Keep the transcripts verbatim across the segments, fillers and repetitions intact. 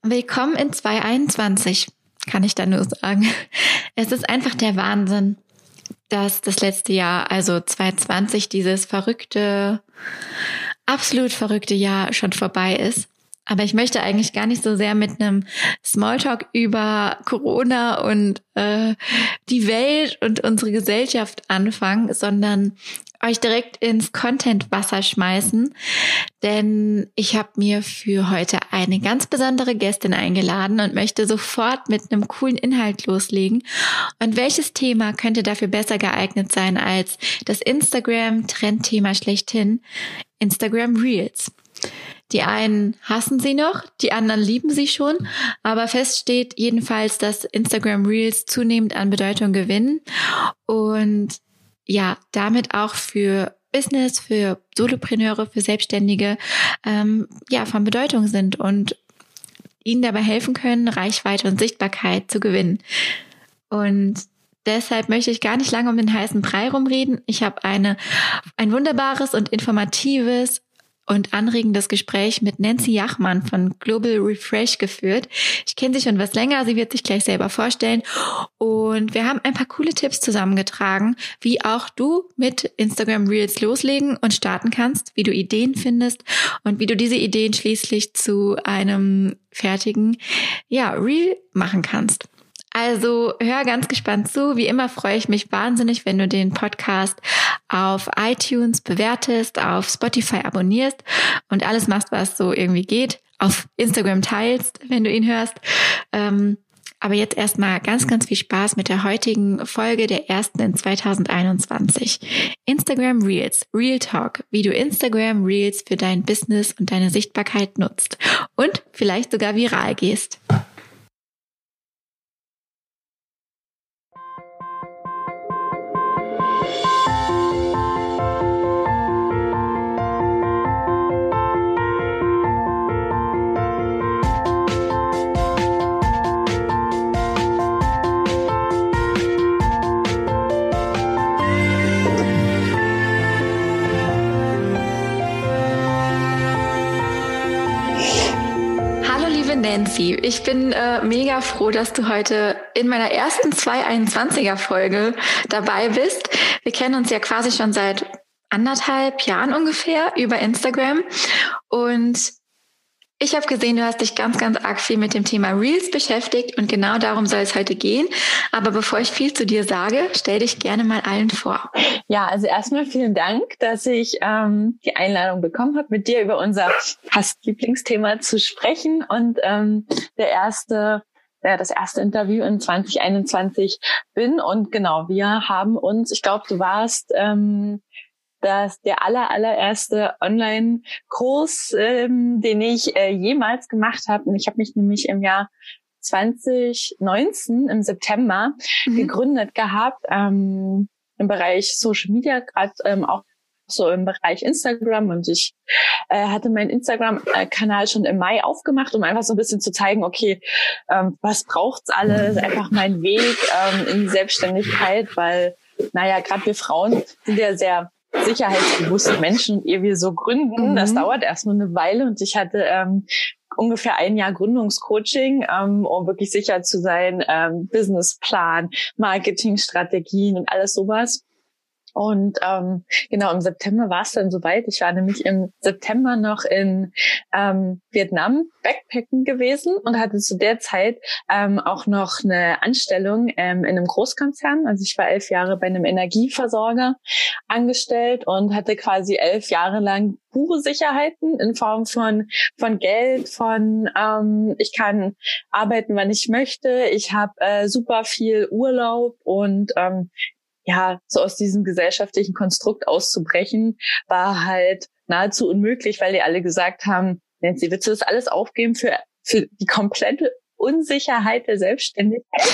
Willkommen in zwanzig einundzwanzig, kann ich da nur sagen. Es ist einfach der Wahnsinn, dass das letzte Jahr, also zwanzig zwanzig, dieses verrückte, absolut verrückte Jahr schon vorbei ist. Aber ich möchte eigentlich gar nicht so sehr mit einem Smalltalk über Corona und äh, die Welt und unsere Gesellschaft anfangen, sondern euch direkt ins Content-Wasser schmeißen. Denn ich habe mir für heute eine ganz besondere Gästin eingeladen und möchte sofort mit einem coolen Inhalt loslegen. Und welches Thema könnte dafür besser geeignet sein als das Instagram-Trendthema schlechthin, Instagram Reels? Die einen hassen sie noch, die anderen lieben sie schon, aber fest steht jedenfalls, dass Instagram Reels zunehmend an Bedeutung gewinnen und ja, damit auch für Business, für Solopreneure, für Selbstständige ähm, ja von Bedeutung sind und ihnen dabei helfen können, Reichweite und Sichtbarkeit zu gewinnen. Und deshalb möchte ich gar nicht lange um den heißen Brei rumreden. Ich habe eine ein wunderbares und informatives und anregendes Gespräch mit Nancy Jachmann von Global Refresh geführt. Ich kenne sie schon was länger, sie wird sich gleich selber vorstellen. Und wir haben ein paar coole Tipps zusammengetragen, wie auch du mit Instagram Reels loslegen und starten kannst, wie du Ideen findest und wie du diese Ideen schließlich zu einem fertigen ja, Reel machen kannst. Also hör ganz gespannt zu. Wie immer freue ich mich wahnsinnig, wenn du den Podcast auf iTunes bewertest, auf Spotify abonnierst und alles machst, was so irgendwie geht. Auf Instagram teilst, wenn du ihn hörst. Ähm, aber jetzt erstmal ganz, ganz viel Spaß mit der heutigen Folge, der ersten in zwanzig einundzwanzig. Instagram Reels, Real Talk, wie du Instagram Reels für dein Business und deine Sichtbarkeit nutzt und vielleicht sogar viral gehst. Nancy, ich bin äh, mega froh, dass du heute in meiner ersten zwanzig einundzwanziger Folge dabei bist. Wir kennen uns ja quasi schon seit anderthalb Jahren ungefähr über Instagram und ich habe gesehen, du hast dich ganz, ganz arg viel mit dem Thema Reels beschäftigt und genau darum soll es heute gehen. Aber bevor ich viel zu dir sage, stell dich gerne mal allen vor. Ja, also erstmal vielen Dank, dass ich ähm, die Einladung bekommen habe, mit dir über unser fast Lieblingsthema zu sprechen und ähm, der erste, ja, das erste Interview in zwanzig einundzwanzig bin. Und genau, wir haben uns, ich glaube, du warst ähm, dass der aller allererste Online-Kurs, ähm, den ich äh, jemals gemacht habe, und ich habe mich nämlich im Jahr zwanzig neunzehn im September mhm. gegründet gehabt, ähm, im Bereich Social Media, gerade ähm, auch so im Bereich Instagram, und ich äh, hatte meinen Instagram-Kanal schon im Mai aufgemacht, um einfach so ein bisschen zu zeigen, okay, ähm, was braucht's alles, einfach mein Weg ähm, in die Selbstständigkeit, weil, naja, gerade wir Frauen sind ja sehr sicherheitsbewusste Menschen, und ehe wir so gründen, mhm. das dauert erstmal eine Weile, und ich hatte ähm, ungefähr ein Jahr Gründungscoaching, ähm, um wirklich sicher zu sein, ähm, Businessplan, Marketingstrategien und alles sowas. Und ähm, genau, im September war es dann soweit. Ich war nämlich im September noch in ähm, Vietnam Backpacken gewesen und hatte zu der Zeit ähm, auch noch eine Anstellung ähm, in einem Großkonzern. Also ich war elf Jahre bei einem Energieversorger angestellt und hatte quasi elf Jahre lang pure Sicherheiten in Form von von Geld, von ähm, ich kann arbeiten, wann ich möchte. Ich habe äh, super viel Urlaub und ähm, ja, so aus diesem gesellschaftlichen Konstrukt auszubrechen, war halt nahezu unmöglich, weil die alle gesagt haben, Nancy, willst du das alles aufgeben für, für die komplette Unsicherheit der Selbstständigkeit?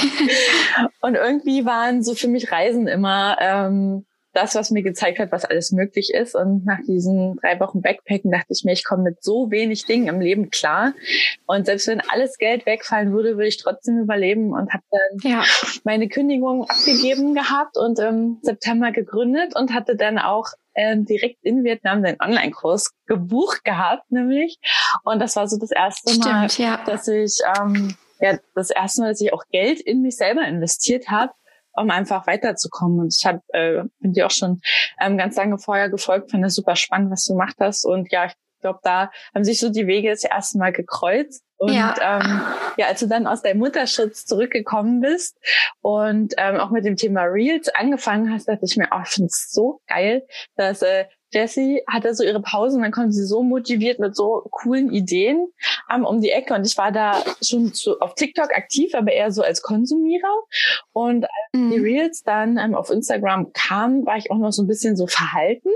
Und irgendwie waren so für mich Reisen immer ähm, das, was mir gezeigt hat, was alles möglich ist. Und nach diesen drei Wochen Backpacken dachte ich mir, ich komme mit so wenig Dingen im Leben klar. Und selbst wenn alles Geld wegfallen würde, würde ich trotzdem überleben, und habe dann ja. meine Kündigung abgegeben gehabt und im September gegründet und hatte dann auch äh, direkt in Vietnam den Online-Kurs gebucht gehabt, nämlich. Und das war so das erste Mal, Stimmt, ja. dass ich, ähm, ja, das erste Mal, dass ich auch Geld in mich selber investiert habe, um einfach weiterzukommen. Und ich hab, äh, bin dir auch schon ähm, ganz lange vorher gefolgt, fand das super spannend, was du gemacht hast. Und ja, ich glaube, da haben sich so die Wege das erste Mal gekreuzt. Und ja. Ähm, ja, als du dann aus deinem Mutterschutz zurückgekommen bist und ähm, auch mit dem Thema Reels angefangen hast, dachte ich mir, oh, ich finde es so geil, dass äh, Jessie hatte so ihre Pause und dann kommt sie so motiviert mit so coolen Ideen ähm, um die Ecke. Und ich war da schon zu, auf TikTok aktiv, aber eher so als Konsumierer. Und als mhm. die Reels dann ähm, auf Instagram kamen, war ich auch noch so ein bisschen so verhalten.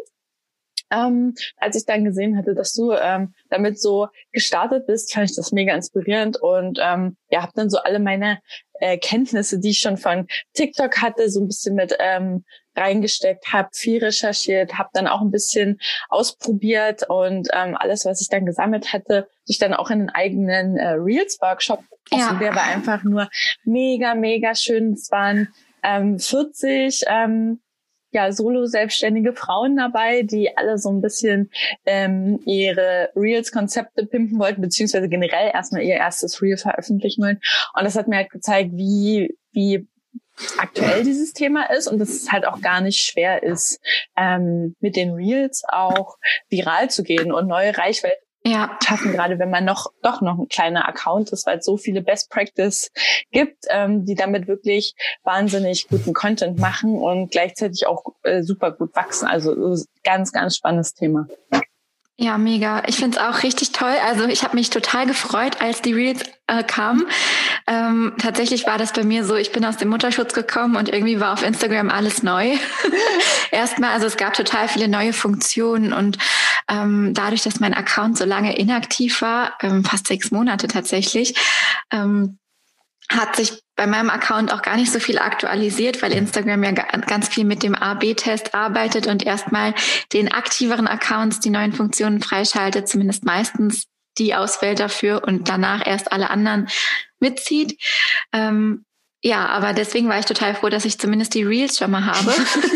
Ähm, als ich dann gesehen hatte, dass du ähm, damit so gestartet bist, fand ich das mega inspirierend und ähm, ja, habe dann so alle meine äh, Kenntnisse, die ich schon von TikTok hatte, so ein bisschen mit ähm, reingesteckt, habe viel recherchiert, habe dann auch ein bisschen ausprobiert und ähm, alles, was ich dann gesammelt hatte, ich dann auch in einen eigenen äh, Reels-Workshop. Ja. Und der war einfach nur mega, mega schön. Es waren ähm, vierzig ähm, ja, solo-selbstständige Frauen dabei, die alle so ein bisschen ähm, ihre Reels-Konzepte pimpen wollten, beziehungsweise generell erstmal ihr erstes Reel veröffentlichen wollen. Und das hat mir halt gezeigt, wie wie aktuell dieses Thema ist und dass es halt auch gar nicht schwer ist, ähm, mit den Reels auch viral zu gehen und neue Reichweite ja. schaffen, gerade wenn man noch doch noch ein kleiner Account ist, weil es so viele Best Practice gibt, ähm, die damit wirklich wahnsinnig guten Content machen und gleichzeitig auch äh, super gut wachsen. Also ganz, ganz spannendes Thema. Ja, mega. Ich find's auch richtig toll. Also ich habe mich total gefreut, als die Reels äh, kamen. Ähm, tatsächlich war das bei mir so, ich bin aus dem Mutterschutz gekommen und irgendwie war auf Instagram alles neu. Erstmal, also es gab total viele neue Funktionen und ähm, dadurch, dass mein Account so lange inaktiv war, ähm, fast sechs Monate tatsächlich, ähm, hat sich bei meinem Account auch gar nicht so viel aktualisiert, weil Instagram ja ganz viel mit dem A B Test arbeitet und erstmal den aktiveren Accounts die neuen Funktionen freischaltet, zumindest meistens die auswählt dafür und danach erst alle anderen mitzieht. Ähm, ja, aber deswegen war ich total froh, dass ich zumindest die Reels schon mal habe,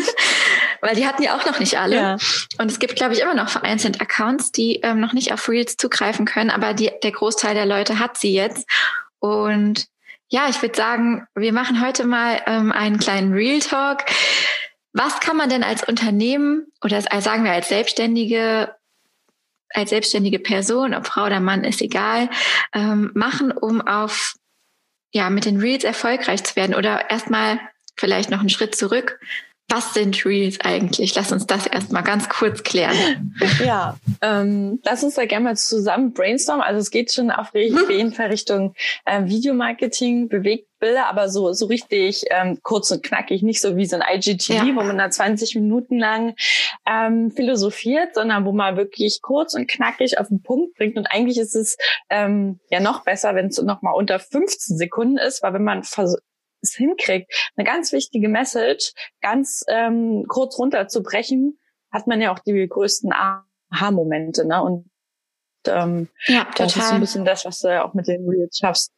weil die hatten ja auch noch nicht alle. Ja. Und es gibt, glaube ich, immer noch vereinzelt Accounts, die ähm, noch nicht auf Reels zugreifen können, aber die, der Großteil der Leute hat sie jetzt. Und ja, ich würde sagen, wir machen heute mal ähm, einen kleinen Real Talk. Was kann man denn als Unternehmen oder als, sagen wir als Selbstständige, als selbstständige Person, ob Frau oder Mann, ist egal, ähm, machen, um auf ja mit den Reels erfolgreich zu werden? Oder erstmal vielleicht noch einen Schritt zurück. Was sind Reels eigentlich? Lass uns das erstmal ganz kurz klären. Ja, ähm, lass uns da gerne mal zusammen brainstormen. Also es geht schon auf jeden Fall Richtung äh, Videomarketing, Bewegtbilder, aber so so richtig ähm, kurz und knackig, nicht so wie so ein I G T V, ja. wo man da zwanzig Minuten lang ähm, philosophiert, sondern wo man wirklich kurz und knackig auf den Punkt bringt. Und eigentlich ist es ähm, ja noch besser, wenn es noch mal unter fünfzehn Sekunden ist, weil wenn man vers- es hinkriegt, eine ganz wichtige Message ganz ähm, kurz runterzubrechen, hat man ja auch die größten Aha-Momente, ne? Und ähm, ja, total. Das ist so ein bisschen das, was du ja auch mit den Reels schaffst.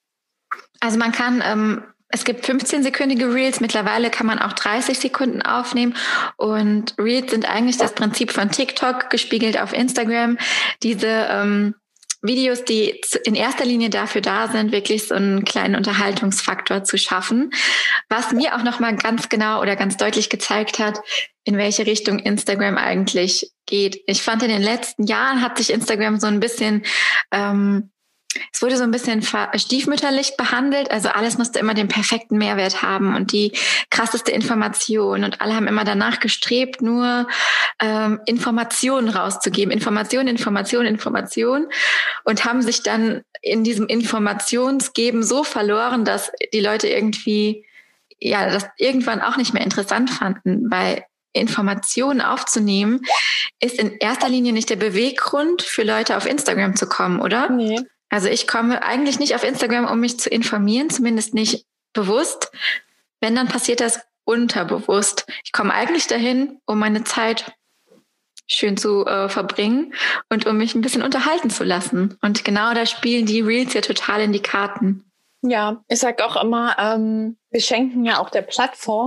Also man kann, ähm, es gibt fünfzehn-sekündige Reels, mittlerweile kann man auch dreißig Sekunden aufnehmen und Reels sind eigentlich das Prinzip von TikTok gespiegelt auf Instagram. Diese ähm, Videos, die in erster Linie dafür da sind, wirklich so einen kleinen Unterhaltungsfaktor zu schaffen, was mir auch nochmal ganz genau oder ganz deutlich gezeigt hat, in welche Richtung Instagram eigentlich geht. Ich fand, in den letzten Jahren hat sich Instagram so ein bisschen, ähm, es wurde so ein bisschen stiefmütterlich behandelt. Also alles musste immer den perfekten Mehrwert haben und die krasseste Information. Und alle haben immer danach gestrebt, nur ähm, Informationen rauszugeben. Information, Information, Information. Und haben sich dann in diesem Informationsgeben so verloren, dass die Leute irgendwie, ja, das irgendwann auch nicht mehr interessant fanden, weil Informationen aufzunehmen ist in erster Linie nicht der Beweggrund für Leute auf Instagram zu kommen, oder? Nee. Also ich komme eigentlich nicht auf Instagram, um mich zu informieren, zumindest nicht bewusst. Wenn, dann passiert das unterbewusst. Ich komme eigentlich dahin, um meine Zeit schön zu äh, verbringen und um mich ein bisschen unterhalten zu lassen. Und genau da spielen die Reels ja total in die Karten. Ja, ich sag auch immer, ähm, wir schenken ja auch der Plattform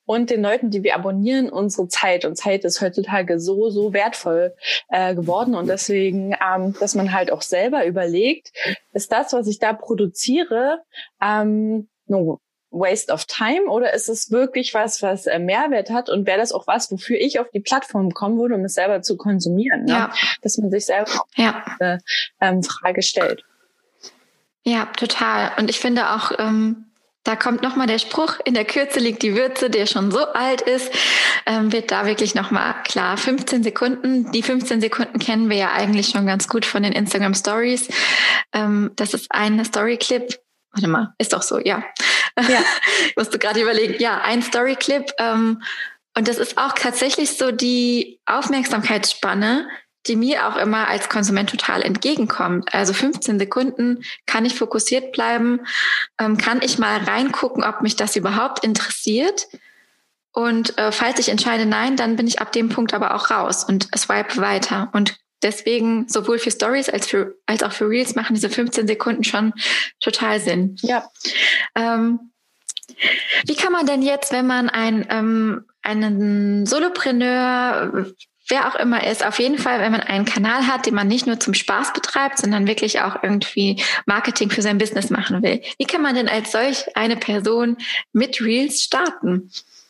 und den Leuten, die wir abonnieren, unsere Zeit. Und Zeit ist heutzutage so, so wertvoll äh, geworden. Und deswegen, ähm, dass man halt auch selber überlegt, ist das, was ich da produziere, ähm, no waste of time, oder ist es wirklich was, was äh, Mehrwert hat, und wäre das auch was, wofür ich auf die Plattform kommen würde, um es selber zu konsumieren, ne? Ja. Dass man sich selber auch ja. eine ähm, Frage stellt. Ja, total. Und ich finde auch, ähm, da kommt nochmal der Spruch, in der Kürze liegt die Würze, der schon so alt ist, ähm, wird da wirklich nochmal klar. fünfzehn Sekunden, die fünfzehn Sekunden kennen wir ja eigentlich schon ganz gut von den Instagram Stories. Ähm, das ist ein Story-Clip. Warte mal, ist doch so, ja. Ja. Ich musste gerade überlegen, ja, ein Story-Clip. Ähm, und das ist auch tatsächlich so die Aufmerksamkeitsspanne, die mir auch immer als Konsument total entgegenkommt. Also fünfzehn Sekunden kann ich fokussiert bleiben, ähm, kann ich mal reingucken, ob mich das überhaupt interessiert. Und äh, falls ich entscheide nein, dann bin ich ab dem Punkt aber auch raus und swipe weiter. Und deswegen, sowohl für Stories als für, als auch für Reels machen diese fünfzehn Sekunden schon total Sinn. Ja. Ähm, wie kann man denn jetzt, wenn man ein, ähm, einen Solopreneur, wer auch immer ist, auf jeden Fall, wenn man einen Kanal hat, den man nicht nur zum Spaß betreibt, sondern wirklich auch irgendwie Marketing für sein Business machen will. Wie kann man denn als solch eine Person mit Reels starten?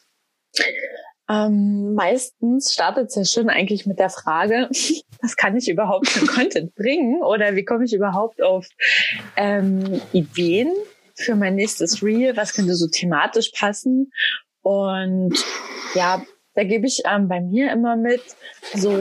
Ähm, meistens startet es ja schon eigentlich mit der Frage, was kann ich überhaupt für Content bringen, oder wie komme ich überhaupt auf ähm, Ideen für mein nächstes Reel, was könnte so thematisch passen. Und ja, da gebe ich ähm, bei mir immer mit so,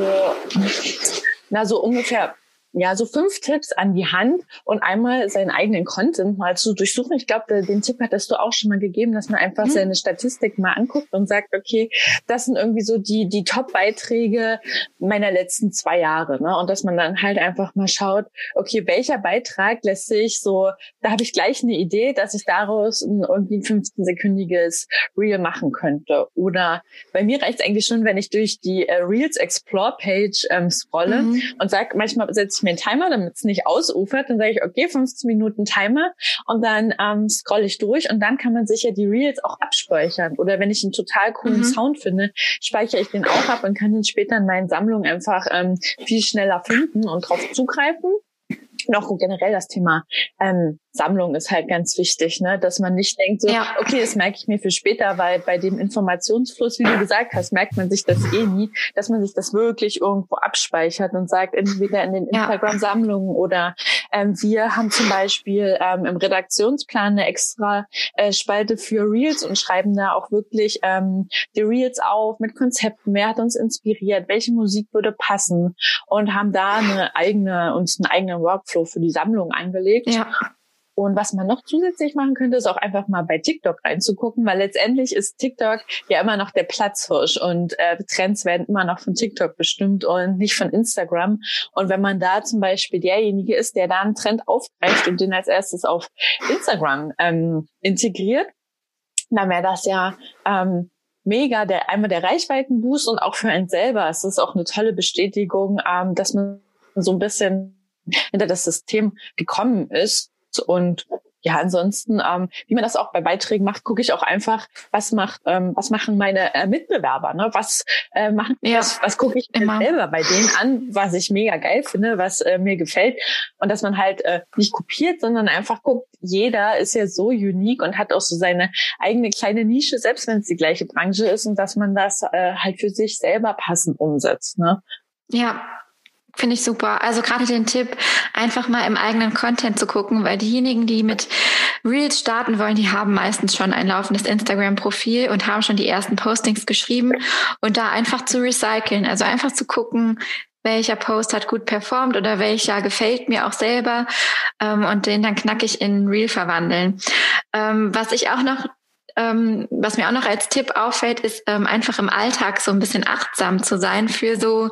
na so ungefähr, ja, so fünf Tipps an die Hand und einmal seinen eigenen Content mal zu durchsuchen. Ich glaube, den Tipp hattest du auch schon mal gegeben, dass man einfach mhm. seine Statistik mal anguckt und sagt, okay, das sind irgendwie so die die Top-Beiträge meiner letzten zwei Jahre, ne? Und dass man dann halt einfach mal schaut, okay, welcher Beitrag lässt sich so, da habe ich gleich eine Idee, dass ich daraus ein, irgendwie ein fünfzehn-sekündiges Reel machen könnte. Oder bei mir reicht es eigentlich schon, wenn ich durch die äh, Reels Explore-Page ähm, scrolle mhm. und sage, manchmal setze ich mir einen Timer, damit es nicht ausufert. Dann sage ich, okay, fünfzehn Minuten Timer, und dann ähm, scrolle ich durch, und dann kann man sich ja die Reels auch abspeichern. Oder wenn ich einen total coolen mhm. Sound finde, speichere ich den auch ab und kann den später in meinen Sammlungen einfach ähm, viel schneller finden und drauf zugreifen. Und auch generell das Thema ähm, Sammlung ist halt ganz wichtig, ne, dass man nicht denkt so, ja. okay, das merke ich mir für später, weil bei dem Informationsfluss, wie du gesagt hast, merkt man sich das eh nie, dass man sich das wirklich irgendwo abspeichert und sagt, entweder in den Instagram-Sammlungen oder ähm, wir haben zum Beispiel ähm, im Redaktionsplan eine extra äh, Spalte für Reels und schreiben da auch wirklich ähm, die Reels auf mit Konzepten, wer hat uns inspiriert, welche Musik würde passen, und haben da eine eigene, uns einen eigenen Workflow für die Sammlung angelegt. Ja. Und was man noch zusätzlich machen könnte, ist auch einfach mal bei TikTok reinzugucken, weil letztendlich ist TikTok ja immer noch der Platzhirsch, und äh, Trends werden immer noch von TikTok bestimmt und nicht von Instagram. Und wenn man da zum Beispiel derjenige ist, der da einen Trend aufgreift und den als erstes auf Instagram ähm, integriert, dann wäre das ja ähm, mega, der einmal der Reichweitenboost, und auch für einen selber. Es ist auch eine tolle Bestätigung, ähm, dass man so ein bisschen hinter das System gekommen ist. Und ja, ansonsten, ähm, wie man das auch bei Beiträgen macht, gucke ich auch einfach, was macht, ähm, was machen meine äh, Mitbewerber, ne? Was äh, machen, ja, was, was gucke ich mir selber bei denen an, was ich mega geil finde, was äh, mir gefällt, und dass man halt äh, nicht kopiert, sondern einfach guckt. Jeder ist ja so unique und hat auch so seine eigene kleine Nische, selbst wenn es die gleiche Branche ist, und dass man das äh, halt für sich selber passend umsetzt, ne? Ja. Finde ich super. Also gerade den Tipp, einfach mal im eigenen Content zu gucken, weil diejenigen, die mit Reels starten wollen, die haben meistens schon ein laufendes Instagram-Profil und haben schon die ersten Postings geschrieben, und da einfach zu recyceln, also einfach zu gucken, welcher Post hat gut performt oder welcher gefällt mir auch selber, ähm, und den dann knackig in Reel verwandeln. Ähm, was ich auch noch Ähm, was mir auch noch als Tipp auffällt, ist ähm, einfach im Alltag so ein bisschen achtsam zu sein für so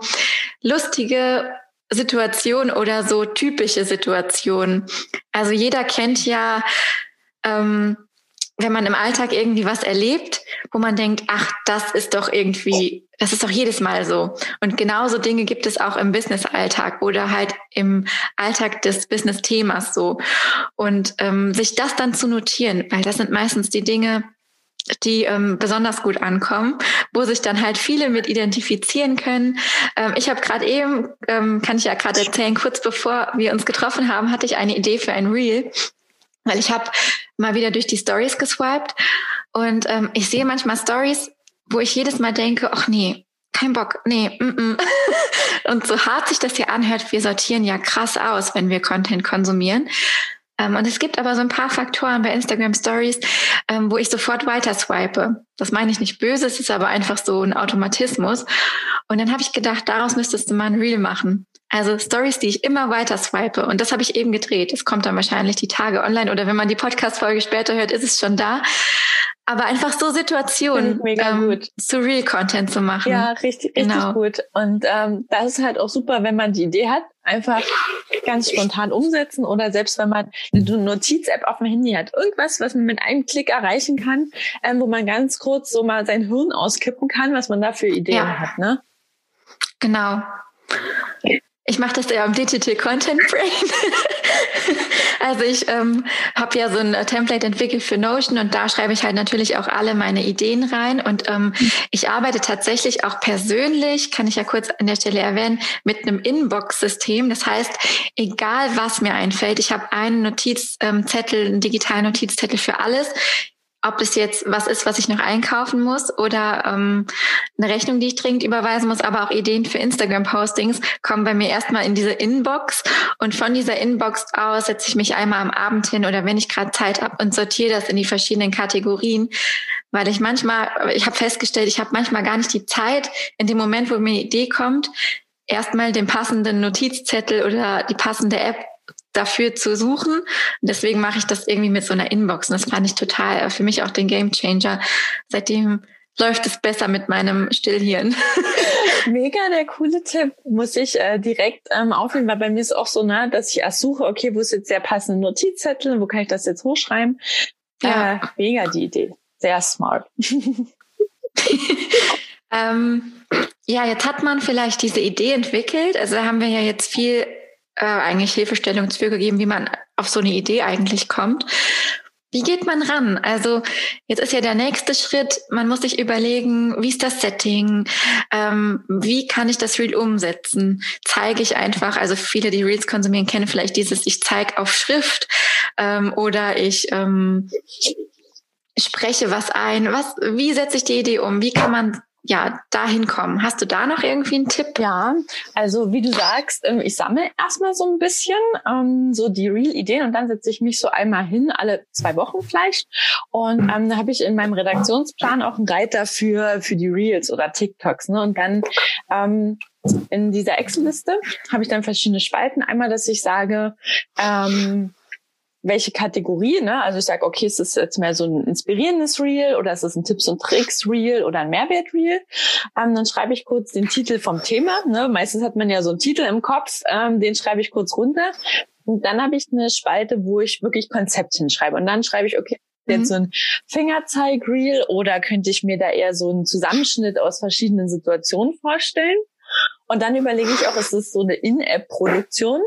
lustige Situationen oder so typische Situationen. Also jeder kennt ja, ähm, wenn man im Alltag irgendwie was erlebt, wo man denkt, ach, das ist doch irgendwie, das ist doch jedes Mal so. Und genauso Dinge gibt es auch im Business-Alltag oder halt im Alltag des Business-Themas so. Und ähm, sich das dann zu notieren, weil das sind meistens die Dinge, die ähm, besonders gut ankommen, wo sich dann halt viele mit identifizieren können. Ähm, ich habe gerade eben, ähm, kann ich ja gerade erzählen, kurz bevor wir uns getroffen haben, hatte ich eine Idee für ein Reel, weil ich habe mal wieder durch die Stories geswiped und ähm, ich sehe manchmal Stories, wo ich jedes Mal denke, ach nee, kein Bock, nee, mm, mm. Und so hart sich das hier anhört, wir sortieren ja krass aus, wenn wir Content konsumieren. Um, und es gibt aber so ein paar Faktoren bei Instagram Stories, um, wo ich sofort weiter swipe. Das meine ich nicht böse, es ist aber einfach so ein Automatismus. Und dann habe ich gedacht, daraus müsstest du mal ein Reel machen. Also Stories, die ich immer weiter swipe. Und das habe ich eben gedreht. Es kommt dann wahrscheinlich die Tage online oder wenn man die Podcast-Folge später hört, ist es schon da. Aber einfach so Situationen ähm, zu Real-Content zu machen. Ja, richtig, richtig genau. gut. Und ähm, das ist halt auch super, wenn man die Idee hat, einfach ganz spontan umsetzen oder selbst wenn man eine Notiz-App auf dem Handy hat. Irgendwas, was man mit einem Klick erreichen kann, ähm, wo man ganz kurz so mal sein Hirn auskippen kann, was man da für Ideen ja. hat, ne? Genau. Ich mache das ja im Digital Content Brain. Also ich ähm, habe ja so ein Template entwickelt für Notion und da schreibe ich halt natürlich auch alle meine Ideen rein. Und ähm, ich arbeite tatsächlich auch persönlich, kann ich ja kurz an der Stelle erwähnen, mit einem Inbox-System. Das heißt, egal was mir einfällt, ich habe einen Notizzettel, einen digitalen Notizzettel für alles. Ob es jetzt was ist, was ich noch einkaufen muss oder ähm, eine Rechnung, die ich dringend überweisen muss, aber auch Ideen für Instagram-Postings kommen bei mir erstmal in diese Inbox und von dieser Inbox aus setze ich mich einmal am Abend hin oder wenn ich gerade Zeit habe und sortiere das in die verschiedenen Kategorien, weil ich manchmal, ich habe festgestellt, ich habe manchmal gar nicht die Zeit, in dem Moment, wo mir eine Idee kommt, erstmal den passenden Notizzettel oder die passende App dafür zu suchen. Deswegen mache ich das irgendwie mit so einer Inbox. Und das fand ich total für mich auch den Gamechanger. Seitdem läuft es besser mit meinem Stillhirn. Mega der coole Tipp. Muss ich äh, direkt ähm, aufnehmen, weil bei mir ist auch so, ne, dass ich erst suche, okay, wo ist jetzt der passende Notizzettel, wo kann ich das jetzt hochschreiben? Ja. Äh, mega die Idee. Sehr smart. ähm, ja, jetzt hat man vielleicht diese Idee entwickelt. Also da haben wir ja jetzt viel Äh, eigentlich Hilfestellung für gegeben, wie man auf so eine Idee eigentlich kommt. Wie geht man ran? Also jetzt ist ja der nächste Schritt, man muss sich überlegen, wie ist das Setting, ähm, wie kann ich das Reel umsetzen? Zeige ich einfach, also viele, die Reels konsumieren, kennen vielleicht dieses, ich zeige auf Schrift ähm, oder ich ähm, spreche was ein. Was, wie setze ich die Idee um? Wie kann man ja, dahin kommen. Hast du da noch irgendwie einen Tipp? Ja, also wie du sagst, ich sammle erstmal so ein bisschen ähm, so die Real-Ideen und dann setze ich mich so einmal hin, alle zwei Wochen vielleicht. Und ähm, da habe ich in meinem Redaktionsplan auch einen Reiter für für die Reels oder TikToks. Ne? Und dann ähm, in dieser Excel-Liste habe ich dann verschiedene Spalten. Einmal, dass ich sage, ähm, welche Kategorie, ne? Also ich sage, okay, ist das jetzt mehr so ein inspirierendes Reel oder ist das ein Tipps und Tricks Reel oder ein Mehrwert Reel? Ähm, dann schreibe ich kurz den Titel vom Thema, ne? Meistens hat man ja so einen Titel im Kopf, ähm, den schreibe ich kurz runter. Und dann habe ich eine Spalte, wo ich wirklich Konzept hinschreibe. Und dann schreibe ich, okay, jetzt so ein Fingerzeig-Reel oder könnte ich mir da eher so einen Zusammenschnitt aus verschiedenen Situationen vorstellen? Und dann überlege ich auch, ist das so eine In-App-Produktion?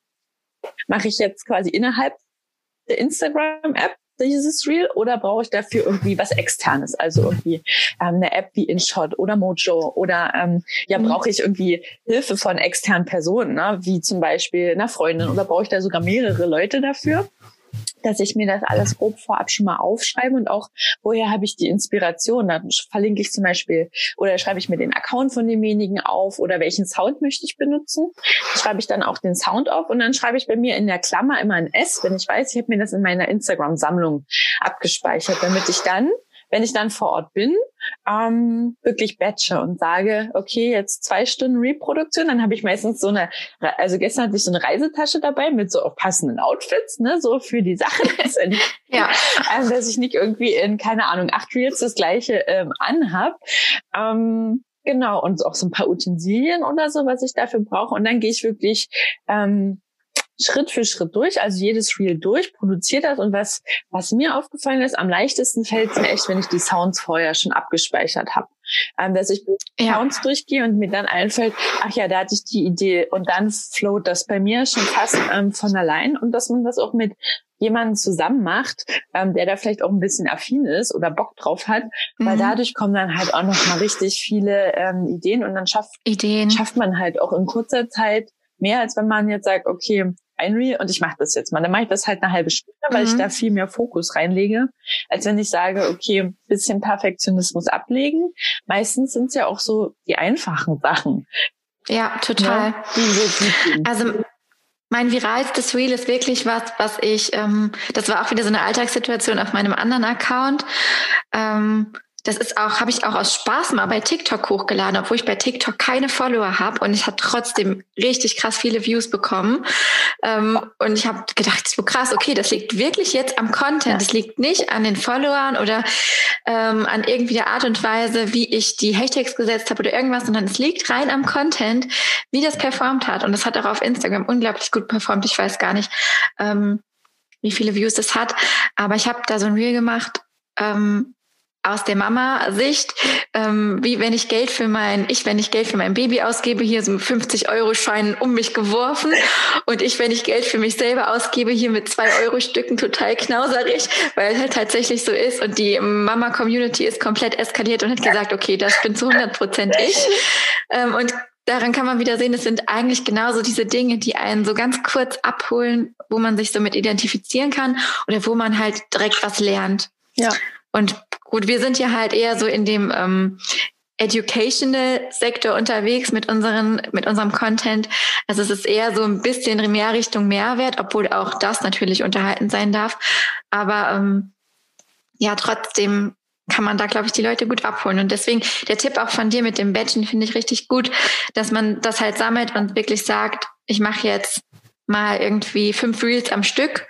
Mache ich jetzt quasi innerhalb der Instagram-App dieses Reel oder brauche ich dafür irgendwie was Externes, also irgendwie ähm, eine App wie InShot oder Mojo oder ähm, ja brauche ich irgendwie Hilfe von externen Personen, ne? Wie zum Beispiel einer Freundin oder brauche ich da sogar mehrere Leute dafür, dass ich mir das alles grob vorab schon mal aufschreibe und auch, woher habe ich die Inspiration? Dann verlinke ich zum Beispiel oder schreibe ich mir den Account von demjenigen auf oder welchen Sound möchte ich benutzen. Da schreibe ich dann auch den Sound auf und dann schreibe ich bei mir in der Klammer immer ein S, wenn ich weiß, ich habe mir das in meiner Instagram-Sammlung abgespeichert, damit ich dann, wenn ich dann vor Ort bin, ähm, wirklich batche und sage, okay, jetzt zwei Stunden Reproduktion, dann habe ich meistens so eine, also gestern hatte ich so eine Reisetasche dabei mit so auch passenden Outfits, ne, so für die Sachen, ja, also, dass ich nicht irgendwie in, keine Ahnung, acht Reels das gleiche ähm, anhab. Ähm, genau, und auch so ein paar Utensilien oder so, was ich dafür brauche und dann gehe ich wirklich ähm, Schritt für Schritt durch, also jedes Reel durch, produziert das und was was mir aufgefallen ist, am leichtesten fällt es mir echt, wenn ich die Sounds vorher schon abgespeichert habe. Ähm, dass ich die ja. Sounds durchgehe und mir dann einfällt, ach ja, da hatte ich die Idee und dann float das bei mir schon fast ähm, von allein und dass man das auch mit jemanden zusammen macht, ähm, der da vielleicht auch ein bisschen affin ist oder Bock drauf hat, weil Mhm. dadurch kommen dann halt auch noch mal richtig viele ähm, Ideen und dann schafft, Ideen. schafft man halt auch in kurzer Zeit mehr, als wenn man jetzt sagt, okay, ein Reel und ich mache das jetzt mal. Dann mache ich das halt eine halbe Stunde, weil Mhm. ich da viel mehr Fokus reinlege, als wenn ich sage, okay, ein bisschen Perfektionismus ablegen. Meistens sind es ja auch so die einfachen Sachen. Ja, total. Ne? Die so gut sind. Also mein viralstes Reel ist wirklich was, was ich, ähm, das war auch wieder so eine Alltagssituation auf meinem anderen Account. Ähm, das ist auch, habe ich auch aus Spaß mal bei TikTok hochgeladen, obwohl ich bei TikTok keine Follower habe und ich habe trotzdem richtig krass viele Views bekommen. Ähm, und ich habe gedacht, so krass, okay, das liegt wirklich jetzt am Content. Das liegt nicht an den Followern oder ähm, an irgendwie der Art und Weise, wie ich die Hashtags gesetzt habe oder irgendwas, sondern es liegt rein am Content, wie das performt hat. Und das hat auch auf Instagram unglaublich gut performt. Ich weiß gar nicht, ähm, wie viele Views das hat, aber ich habe da so ein Reel gemacht, ähm, aus der Mama-Sicht, ähm, wie wenn ich Geld für mein, ich, wenn ich Geld für mein Baby ausgebe, hier so fünfzig Euro Schein um mich geworfen und ich, wenn ich Geld für mich selber ausgebe, hier mit zwei Euro Stücken total knauserig, weil es halt tatsächlich so ist und die Mama-Community ist komplett eskaliert und hat gesagt, okay, das bin zu hundert Prozent ich. Ähm, und daran kann man wieder sehen, es sind eigentlich genauso diese Dinge, die einen so ganz kurz abholen, wo man sich so mit identifizieren kann oder wo man halt direkt was lernt. Ja. Und gut, wir sind ja halt eher so in dem ähm, Educational-Sektor unterwegs mit unseren, mit unserem Content. Also es ist eher so ein bisschen mehr Richtung Mehrwert, obwohl auch das natürlich unterhaltend sein darf. Aber ähm, ja, trotzdem kann man da, glaube ich, die Leute gut abholen. Und deswegen der Tipp auch von dir mit dem Batchen finde ich richtig gut, dass man das halt sammelt und wirklich sagt, ich mache jetzt mal irgendwie fünf Reels am Stück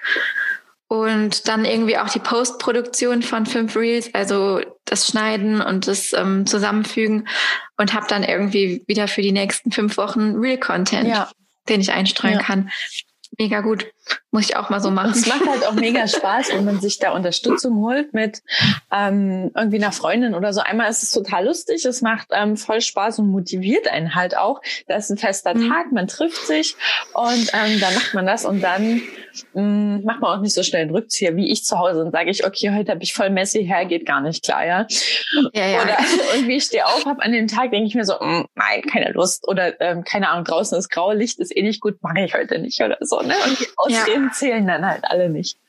und dann irgendwie auch die Postproduktion von fünf Reels, also das Schneiden und das ähm, Zusammenfügen und habe dann irgendwie wieder für die nächsten fünf Wochen Reel-Content, ja. den ich einstreuen ja. kann. Mega gut. Muss ich auch mal so machen. Und es macht halt auch mega Spaß, wenn man sich da Unterstützung holt mit ähm, irgendwie einer Freundin oder so. Einmal ist es total lustig, es macht ähm, voll Spaß und motiviert einen halt auch. Da ist ein fester mhm. Tag, man trifft sich und ähm, dann macht man das und dann mh, macht man auch nicht so schnell einen Rückzieher wie ich zu Hause und sage ich, okay, heute habe ich voll Messi her, geht gar nicht klar, ja. ja, ja. Oder irgendwie ich stehe auf, habe an dem Tag, denke ich mir so, mh, nein, keine Lust oder ähm, keine Ahnung, draußen ist grau, Licht ist eh nicht gut, mache ich heute nicht oder so, ne? Und die Ausreden ja. zählen dann halt alle nicht.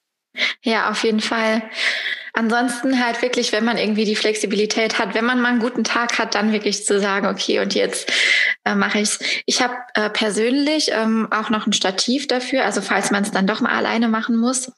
Ja, auf jeden Fall. Ansonsten halt wirklich, wenn man irgendwie die Flexibilität hat, wenn man mal einen guten Tag hat, dann wirklich zu sagen, okay, und jetzt äh, mache ich's. Ich habe äh, persönlich ähm, auch noch ein Stativ dafür, also falls man es dann doch mal alleine machen muss.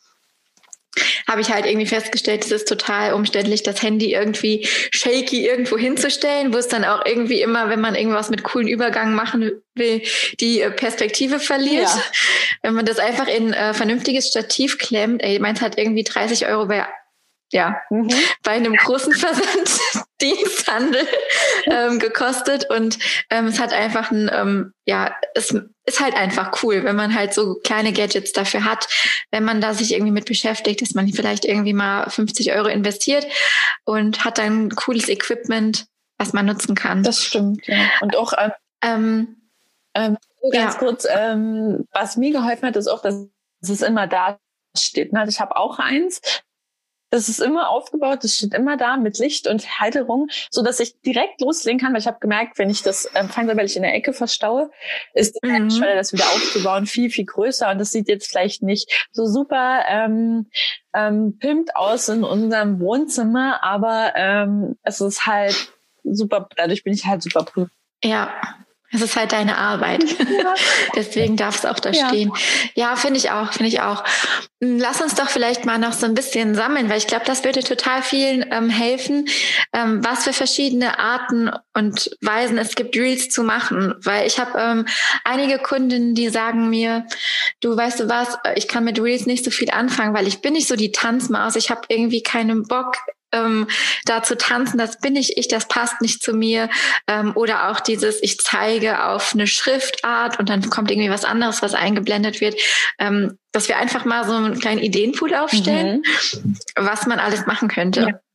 Habe ich halt irgendwie festgestellt, es ist total umständlich, das Handy irgendwie shaky irgendwo hinzustellen, wo es dann auch irgendwie immer, wenn man irgendwas mit coolen Übergang machen will, die Perspektive verliert. Ja. Wenn man das einfach in äh, vernünftiges Stativ klemmt, ey, meins hat irgendwie dreißig Euro bei, ja, mhm. bei einem großen Versanddiensthandel ähm, gekostet und ähm, es hat einfach ein, ähm, ja, es ist halt einfach cool, wenn man halt so kleine Gadgets dafür hat, wenn man da sich irgendwie mit beschäftigt, dass man vielleicht irgendwie mal fünfzig Euro investiert und hat dann cooles Equipment, was man nutzen kann. Das stimmt, ja. Und auch ähm, ähm, ähm, ganz ja. kurz, ähm, was mir geholfen hat, ist auch, dass es immer da steht. Ne? Ich habe auch eins. Das ist immer aufgebaut, das steht immer da mit Licht und Halterung, so dass ich direkt loslegen kann, weil ich habe gemerkt, wenn ich das ähm, Feinsäuberlich in der Ecke verstaue, ist die mhm. Schwelle, das wieder aufzubauen, viel, viel größer und das sieht jetzt vielleicht nicht so super ähm, ähm, pimpt aus in unserem Wohnzimmer, aber ähm, es ist halt super, dadurch bin ich halt super produktiv. Ja. Es ist halt deine Arbeit. Ja. Deswegen darf es auch da ja. stehen. Ja, finde ich auch, finde ich auch. Lass uns doch vielleicht mal noch so ein bisschen sammeln, weil ich glaube, das würde total vielen ähm, helfen, ähm, was für verschiedene Arten und Weisen es gibt, Reels zu machen. Weil ich habe ähm, einige Kundinnen, die sagen mir, du weißt du was, ich kann mit Reels nicht so viel anfangen, weil ich bin nicht so die Tanzmaus, ich habe irgendwie keinen Bock, Ähm, da zu tanzen, das bin nicht ich, das passt nicht zu mir. Ähm, oder auch dieses, ich zeige auf eine Schriftart und dann kommt irgendwie was anderes, was eingeblendet wird. Ähm, dass wir einfach mal so einen kleinen Ideenpool aufstellen, mhm. was man alles machen könnte. Ja.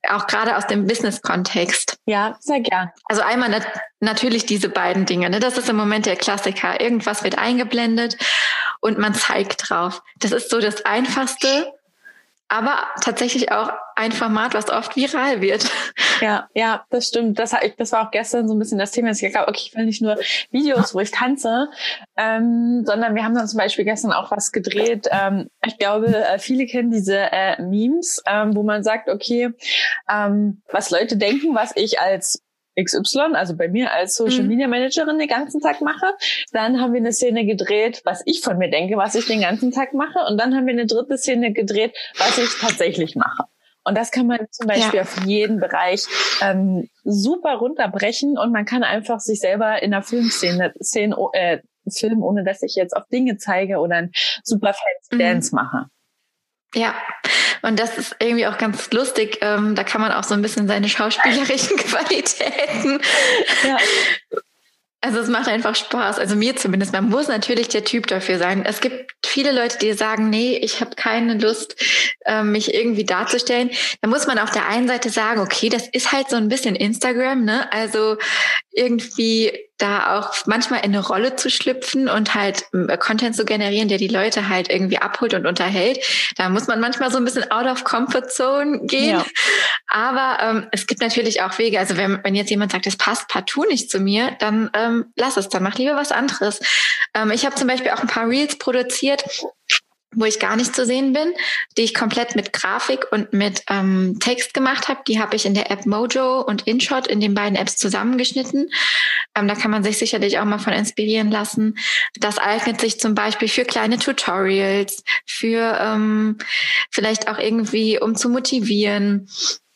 auch gerade aus dem Business-Kontext. Ja, sehr gern. Also einmal nat- natürlich diese beiden Dinge. Ne? Das ist im Moment der Klassiker. Irgendwas wird eingeblendet und man zeigt drauf. Das ist so das Einfachste, aber tatsächlich auch ein Format, was oft viral wird. Ja, ja, das stimmt. Das, das war auch gestern so ein bisschen das Thema, dass ich gesagt habe, okay, ich will nicht nur Videos, wo ich tanze, ähm, sondern wir haben dann zum Beispiel gestern auch was gedreht. Ähm, ich glaube, viele kennen diese äh, Memes, ähm, wo man sagt, okay, ähm, was Leute denken, was ich als X Y, also bei mir als Social Media Managerin den ganzen Tag mache. Dann haben wir eine Szene gedreht, was ich von mir denke, was ich den ganzen Tag mache. Und dann haben wir eine dritte Szene gedreht, was ich tatsächlich mache. Und das kann man zum Beispiel ja. auf jeden Bereich ähm, super runterbrechen und man kann einfach sich selber in einer Filmszene, Szene, äh, Film, ohne dass ich jetzt auf Dinge zeige oder ein super fancy mhm. Dance mache. Ja, und das ist irgendwie auch ganz lustig. Ähm, da kann man auch so ein bisschen seine schauspielerischen Qualitäten. Ja. Also es macht einfach Spaß. Also mir zumindest. Man muss natürlich der Typ dafür sein. Es gibt viele Leute, die sagen, nee, ich habe keine Lust, mich irgendwie darzustellen. Da muss man auf der einen Seite sagen, okay, das ist halt so ein bisschen Instagram, ne? Also irgendwie da auch manchmal in eine Rolle zu schlüpfen und halt Content zu generieren, der die Leute halt irgendwie abholt und unterhält. Da muss man manchmal so ein bisschen out of comfort zone gehen. Ja. Aber ähm, es gibt natürlich auch Wege. Also wenn, wenn jetzt jemand sagt, das passt partout nicht zu mir, dann ähm, lass es, dann mach lieber was anderes. Ähm, ich habe zum Beispiel auch ein paar Reels produziert, wo ich gar nicht zu sehen bin, die ich komplett mit Grafik und mit ähm, Text gemacht habe. Die habe ich in der App Mojo und InShot in den beiden Apps zusammengeschnitten. Ähm, da kann man sich sicherlich auch mal von inspirieren lassen. Das eignet sich zum Beispiel für kleine Tutorials, für ähm, vielleicht auch irgendwie, um zu motivieren.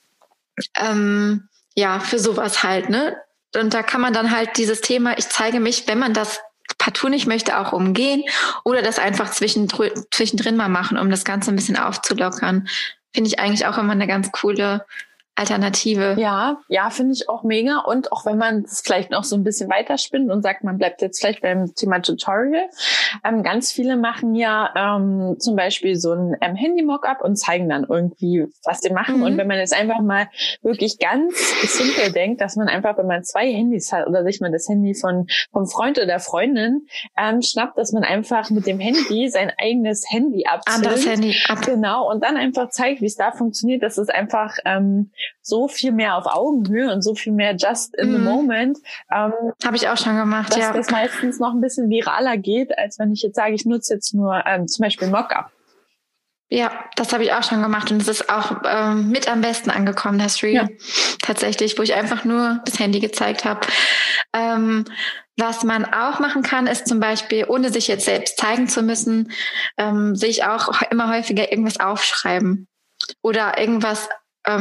Ähm, ja, für sowas halt, ne? Und da kann man dann halt dieses Thema, ich zeige mich, wenn man das partout nicht möchte, auch umgehen oder das einfach zwischendrin, zwischendrin mal machen, um das Ganze ein bisschen aufzulockern. Finde ich eigentlich auch immer eine ganz coole Alternative. Ja, ja, finde ich auch mega. Und auch wenn man es vielleicht noch so ein bisschen weiterspinnt und sagt, man bleibt jetzt vielleicht beim Thema Tutorial. Ähm, ganz viele machen ja ähm, zum Beispiel so ein ähm, Handy-Mockup und zeigen dann irgendwie, was sie machen. Mhm. Und wenn man jetzt einfach mal wirklich ganz simpel denkt, dass man einfach, wenn man zwei Handys hat oder sich mal das Handy von vom Freund oder Freundin ähm, schnappt, dass man einfach mit dem Handy sein eigenes Handy abfilmt. Anderes Handy ab. Genau. Und dann einfach zeigt, wie es da funktioniert. Das ist einfach ähm, so viel mehr auf Augenhöhe und so viel mehr just in mm. the moment. Ähm, Habe ich auch schon gemacht, dass ja. das meistens noch ein bisschen viraler geht, als wenn ich jetzt sage, ich nutze jetzt nur ähm, zum Beispiel Mockup. Ja, das habe ich auch schon gemacht und es ist auch ähm, mit am besten angekommen, das Reel. Ja. Tatsächlich, wo ich einfach nur das Handy gezeigt habe. Ähm, was man auch machen kann, ist zum Beispiel, ohne sich jetzt selbst zeigen zu müssen, ähm, sich auch immer häufiger irgendwas aufschreiben oder irgendwas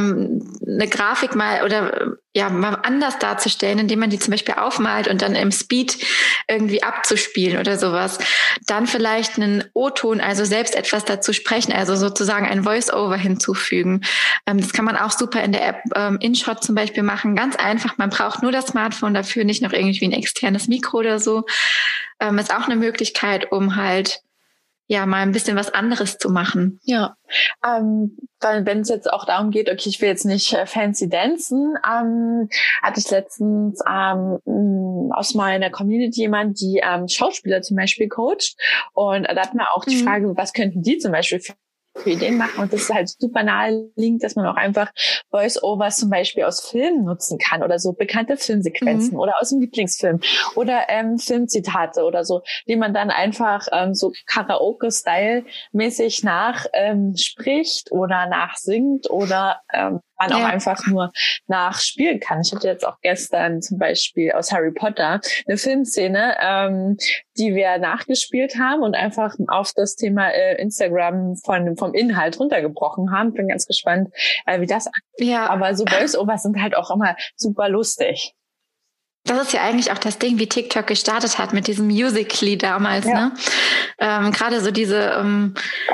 eine Grafik mal oder ja mal anders darzustellen, indem man die zum Beispiel aufmalt und dann im Speed irgendwie abzuspielen oder sowas. Dann vielleicht einen O-Ton, also selbst etwas dazu sprechen, also sozusagen ein Voice-Over hinzufügen. Das kann man auch super in der App InShot zum Beispiel machen. Ganz einfach, man braucht nur das Smartphone dafür, nicht noch irgendwie ein externes Mikro oder so. Ist auch eine Möglichkeit, um halt ja mal ein bisschen was anderes zu machen. Ja, ähm, weil wenn es jetzt auch darum geht, okay, ich will jetzt nicht äh, fancy dancen, ähm, hatte ich letztens ähm, aus meiner Community jemand, die ähm, Schauspieler zum Beispiel coacht und da hat man auch die mhm. Frage, was könnten die zum Beispiel für für Ideen machen und das ist halt super naheliegend, dass man auch einfach Voice-Overs zum Beispiel aus Filmen nutzen kann oder so bekannte Filmsequenzen mhm. oder aus dem Lieblingsfilm oder ähm, Filmzitate oder so, die man dann einfach ähm, so Karaoke-Style-mäßig nach ähm, spricht oder nachsingt oder ähm, man auch ja. einfach nur nachspielen kann. Ich hatte jetzt auch gestern zum Beispiel aus Harry Potter eine Filmszene, ähm, die wir nachgespielt haben und einfach auf das Thema äh, Instagram von vom Inhalt runtergebrochen haben. Bin ganz gespannt, äh, wie das angeht. Ja. Aber so Voice-Overs sind halt auch immer super lustig. Das ist ja eigentlich auch das Ding, wie TikTok gestartet hat mit diesem Musical.ly damals, ja. ne? Ähm, gerade so diese ähm,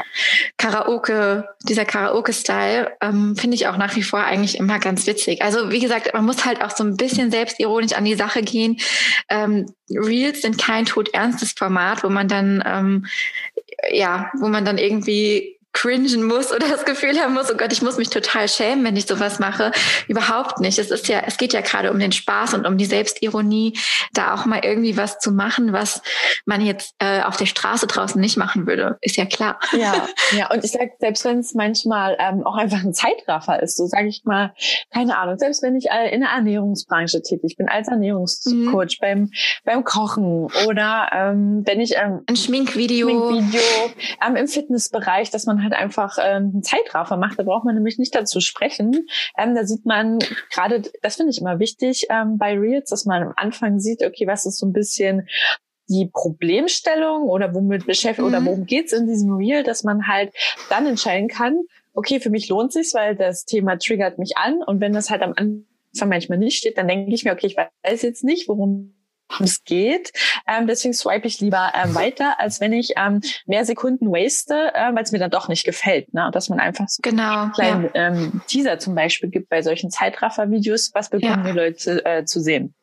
Karaoke, dieser Karaoke-Style ähm, finde ich auch nach wie vor eigentlich immer ganz witzig. Also wie gesagt, man muss halt auch so ein bisschen selbstironisch an die Sache gehen. Ähm, Reels sind kein todernstes Format, wo man dann ähm, ja, wo man dann irgendwie cringen muss oder das Gefühl haben muss, oh Gott, ich muss mich total schämen, wenn ich sowas mache. Überhaupt nicht. Es ist ja, es geht ja gerade um den Spaß und um die Selbstironie, da auch mal irgendwie was zu machen, was man jetzt äh, auf der Straße draußen nicht machen würde. Ist ja klar. Ja, ja. Und ich sage, selbst wenn es manchmal ähm, auch einfach ein Zeitraffer ist, so sage ich mal, keine Ahnung, selbst wenn ich in der Ernährungsbranche tätig bin, als Ernährungscoach mhm. beim beim Kochen oder ähm, wenn ich ähm, ein Schminkvideo, Schminkvideo ähm, im Fitnessbereich, dass man halt einfach ähm, einen Zeitraffer macht. Da braucht man nämlich nicht dazu sprechen. Ähm, da sieht man gerade, das finde ich immer wichtig ähm, bei Reels, dass man am Anfang sieht, okay, was ist so ein bisschen die Problemstellung oder womit beschäftigt mhm. oder worum geht's in diesem Reel, dass man halt dann entscheiden kann, okay, für mich lohnt sich's, weil das Thema triggert mich an. Und wenn das halt am Anfang manchmal nicht steht, dann denke ich mir, okay, ich weiß jetzt nicht, worum es geht. Ähm, deswegen swipe ich lieber ähm, weiter, als wenn ich ähm, mehr Sekunden waste, äh, weil es mir dann doch nicht gefällt. Ne? Und dass man einfach so genau, einen kleinen ja. ähm, Teaser zum Beispiel gibt bei solchen Zeitraffer-Videos, was bekommen ja. die Leute äh, zu sehen.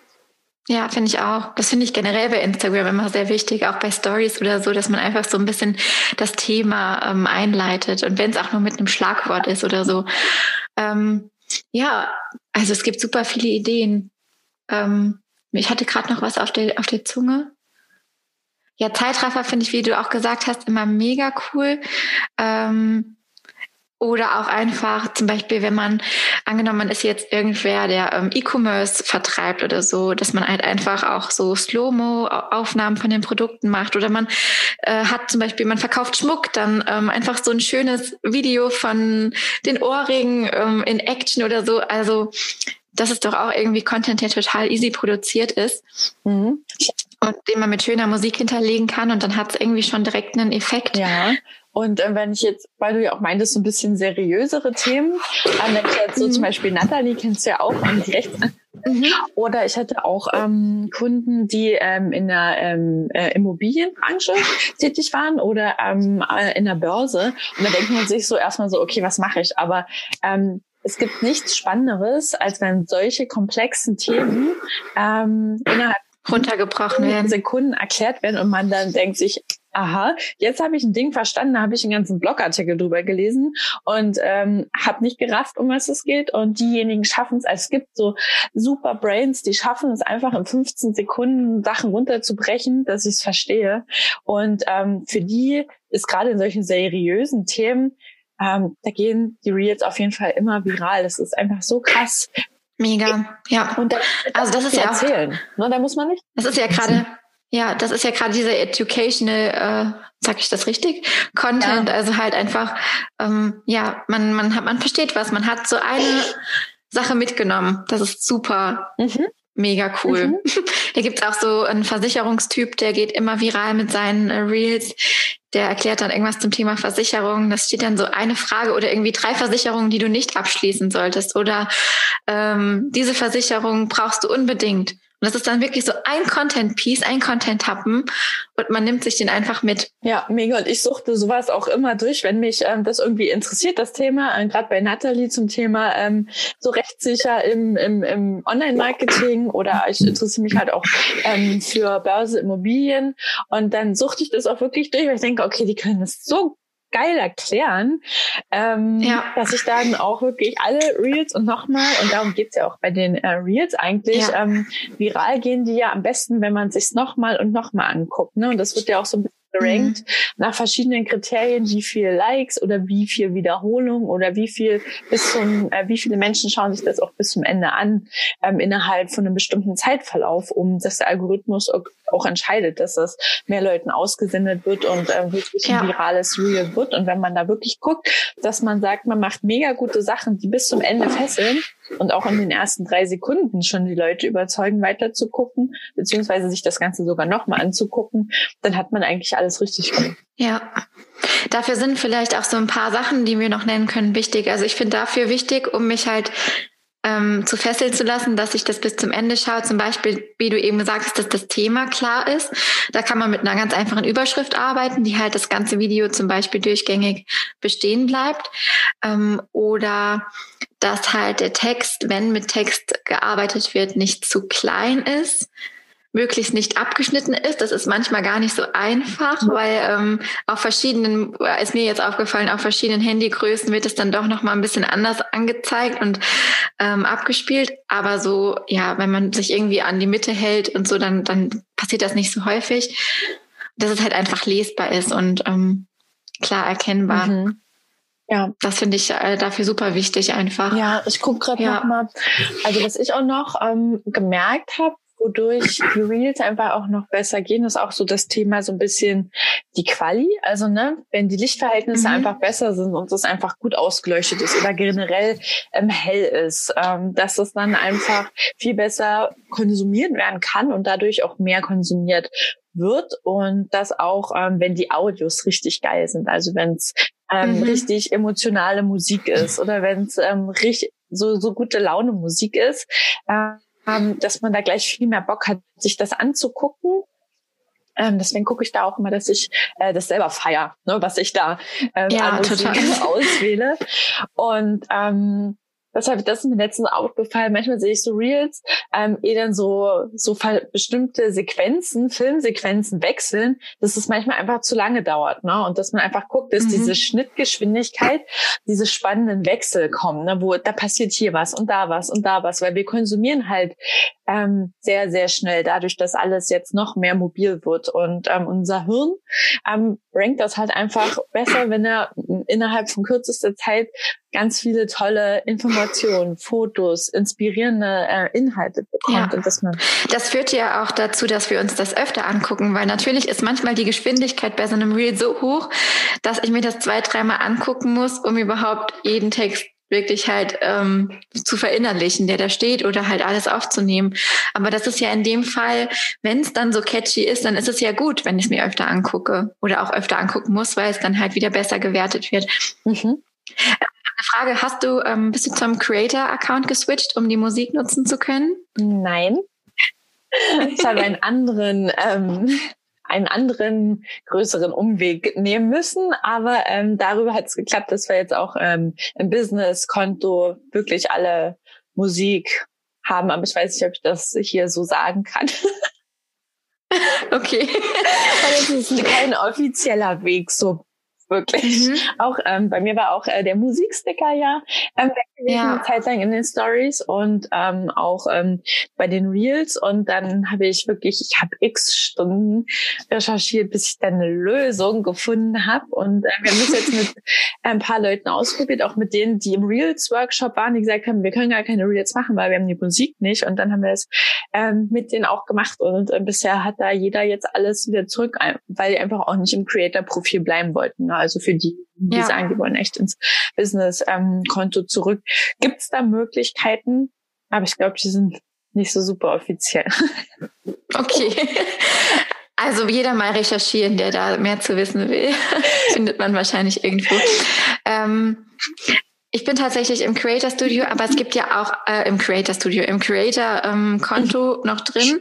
Ja, finde ich auch. Das finde ich generell bei Instagram immer sehr wichtig, auch bei Stories oder so, dass man einfach so ein bisschen das Thema ähm, einleitet und wenn es auch nur mit einem Schlagwort ist oder so. Ähm, ja, also es gibt super viele Ideen. Ähm, ich hatte gerade noch was auf der auf der Zunge. Ja, Zeitraffer finde ich, wie du auch gesagt hast, immer mega cool. Ähm, Oder auch einfach zum Beispiel, wenn man, angenommen, man ist jetzt irgendwer, der ähm, E-Commerce vertreibt oder so, dass man halt einfach auch so Slow-Mo-Aufnahmen von den Produkten macht. Oder man äh, hat zum Beispiel, man verkauft Schmuck, dann ähm, einfach so ein schönes Video von den Ohrringen ähm, in Action oder so. Also das ist doch auch irgendwie Content, der total easy produziert ist. Mhm. Und den man mit schöner Musik hinterlegen kann und dann hat es irgendwie schon direkt einen Effekt. Ja. Und äh, wenn ich jetzt, weil du ja auch meintest, so ein bisschen seriösere Themen, äh, wenn ich jetzt so mhm. zum Beispiel Nathalie, kennst du ja auch, ähm, die Rechts... Mhm. Oder ich hatte auch ähm, Kunden, die ähm, in der ähm, äh, Immobilienbranche tätig waren oder ähm, äh, in der Börse. Und da denkt man sich so erstmal so, okay, was mache ich? Aber ähm, es gibt nichts Spannenderes, als wenn solche komplexen Themen ähm, innerhalb runtergebrochen werden, Sekunden erklärt werden und man dann denkt sich, aha, jetzt habe ich ein Ding verstanden, da habe ich einen ganzen Blogartikel drüber gelesen und ähm, habe nicht gerafft, um was es geht. Und diejenigen schaffen es, also es gibt so super Brains, die schaffen es einfach in fünfzehn Sekunden Sachen runterzubrechen, dass ich es verstehe. Und ähm, für die ist gerade in solchen seriösen Themen, ähm, da gehen die Reels auf jeden Fall immer viral. Das ist einfach so krass. Mega, ja. Und da, also das ist ja erzählen. Auch, ne, da muss man nicht. Das ist ja gerade, ja, das ist ja gerade dieser educational, äh, sag ich das richtig? Content, ja. Also halt einfach, ähm, ja, man man hat, man versteht was, man hat so eine Sache mitgenommen. Das ist super. Mhm. Mega cool. Mhm. Da gibt's auch so einen Versicherungstyp, der geht immer viral mit seinen äh, Reels. Der erklärt dann irgendwas zum Thema Versicherung. Das steht dann so eine Frage oder irgendwie drei Versicherungen, die du nicht abschließen solltest. Oder ähm, diese Versicherung brauchst du unbedingt. Und das ist dann wirklich so ein Content-Piece, ein Content-Happen und man nimmt sich den einfach mit. Ja, mega. Und ich suchte sowas auch immer durch, wenn mich ähm, das irgendwie interessiert, das Thema. Äh, Gerade bei Nathalie zum Thema ähm, so rechtssicher im, im, im Online-Marketing oder ich interessiere mich halt auch ähm, für Börse, Immobilien. Und dann suchte ich das auch wirklich durch, weil ich denke, okay, die können das so geil erklären, ähm, ja. dass ich dann auch wirklich alle Reels und nochmal, und darum geht's ja auch bei den äh, Reels eigentlich, ja. ähm, viral gehen die ja am besten, wenn man sich's nochmal und nochmal anguckt. Ne? Und das wird ja auch so ein bisschen gerankt mhm. nach verschiedenen Kriterien, wie viel Likes oder wie viel Wiederholung oder wie viel bis zum, äh, wie viele Menschen schauen sich das auch bis zum Ende an, ähm, innerhalb von einem bestimmten Zeitverlauf, um dass der Algorithmus auch, auch entscheidet, dass das mehr Leuten ausgesendet wird und äh, wirklich ein ja. virales Reel wird. Und wenn man da wirklich guckt, dass man sagt, man macht mega gute Sachen, die bis zum Ende fesseln und auch in den ersten drei Sekunden schon die Leute überzeugen, weiter zu gucken, beziehungsweise sich das Ganze sogar nochmal anzugucken, dann hat man eigentlich alles richtig gemacht. Ja, dafür sind vielleicht auch so ein paar Sachen, die wir noch nennen können, wichtig. Also ich finde dafür wichtig, um mich halt ähm, zu fesseln zu lassen, dass ich das bis zum Ende schaue. Zum Beispiel, wie du eben gesagt hast, dass das Thema klar ist. Da kann man mit einer ganz einfachen Überschrift arbeiten, die halt das ganze Video zum Beispiel durchgängig bestehen bleibt. Ähm, oder dass halt der Text, wenn mit Text gearbeitet wird, nicht zu klein ist. möglichst nicht abgeschnitten ist. Das ist manchmal gar nicht so einfach, mhm. weil ähm, auf verschiedenen, ist mir jetzt aufgefallen, auf verschiedenen Handygrößen wird es dann doch nochmal ein bisschen anders angezeigt und ähm, abgespielt. Aber so, ja, wenn man sich irgendwie an die Mitte hält und so, dann, dann passiert das nicht so häufig. Dass es halt einfach lesbar ist und ähm, klar erkennbar. Mhm. Ja, das finde ich äh, dafür super wichtig einfach. Ja, ich gucke gerade ja. nochmal. Also was ich auch noch ähm, gemerkt habe, wodurch die Reels einfach auch noch besser gehen, ist auch so das Thema so ein bisschen die Quali. Also ne, wenn die Lichtverhältnisse mhm. einfach besser sind und es einfach gut ausgeleuchtet ist oder generell ähm, hell ist, ähm, dass es dann einfach viel besser konsumiert werden kann und dadurch auch mehr konsumiert wird und das auch, ähm, wenn die Audios richtig geil sind. Also wenn es ähm, mhm. richtig emotionale Musik ist oder wenn es ähm, richtig so so gute Laune Musik ist, ähm, dass man da gleich viel mehr Bock hat, sich das anzugucken. Ähm, deswegen gucke ich da auch immer, dass ich äh, das selber feiere, ne, was ich da ähm, ja, an Musik total. auswähle. Und ähm, deshalb, das ist mir letztens aufgefallen. Manchmal sehe ich so Reels, ähm, eh dann so so ver- bestimmte Sequenzen, Filmsequenzen wechseln, dass es manchmal einfach zu lange dauert, ne? Und dass man einfach guckt, dass mhm. diese Schnittgeschwindigkeit, diese spannenden Wechsel kommen, ne? Wo da passiert hier was und da was und da was, weil wir konsumieren halt ähm, sehr, sehr schnell, dadurch, dass alles jetzt noch mehr mobil wird. Und ähm, unser Hirn ähm, rankt das halt einfach besser, wenn er innerhalb von kürzester Zeit ganz viele tolle Informationen, Fotos, inspirierende äh, Inhalte bekommt. Ja. Und dass man das führt ja auch dazu, dass wir uns das öfter angucken, weil natürlich ist manchmal die Geschwindigkeit bei so einem Reel so hoch, dass ich mir das zwei, dreimal angucken muss, um überhaupt jeden Text wirklich halt ähm, zu verinnerlichen, der da steht oder halt alles aufzunehmen. Aber das ist ja in dem Fall, wenn es dann so catchy ist, dann ist es ja gut, wenn ich es mir öfter angucke oder auch öfter angucken muss, weil es dann halt wieder besser gewertet wird. Mhm. Eine Frage, hast du, ähm, bist du zum Creator-Account geswitcht, um die Musik nutzen zu können? Nein. Ich habe einen anderen, ähm, einen anderen größeren Umweg nehmen müssen, aber ähm, darüber hat es geklappt, dass wir jetzt auch ähm, im Business-Konto wirklich alle Musik haben, aber ich weiß nicht, ob ich das hier so sagen kann. Okay. Weil es ist kein offizieller Weg, so wirklich. Mhm. Auch ähm, bei mir war auch äh, der Musiksticker ja ähm, weg gewesen, ja. eine Zeit lang in den Stories und ähm, auch ähm, bei den Reels. Und dann habe ich wirklich, ich habe x Stunden recherchiert, bis ich dann eine Lösung gefunden habe. Und äh, wir haben das jetzt mit ein paar Leuten ausprobiert, auch mit denen, die im Reels-Workshop waren, die gesagt haben, wir können gar keine Reels machen, weil wir haben die Musik nicht. Und dann haben wir es ähm, mit denen auch gemacht. Und äh, bisher hat da jeder jetzt alles wieder zurück, weil die einfach auch nicht im Creator-Profil bleiben wollten. Ne? Also für die, die ja. sagen, die wollen echt ins Business-Konto ähm, zurück. Gibt es da Möglichkeiten? Aber ich glaube, die sind nicht so super offiziell. Okay. Also jeder mal recherchieren, der da mehr zu wissen will. Findet man wahrscheinlich irgendwo. Ähm, ich bin tatsächlich im Creator Studio, aber es gibt ja auch äh, im Creator Studio, im Creator ähm, Konto noch drin,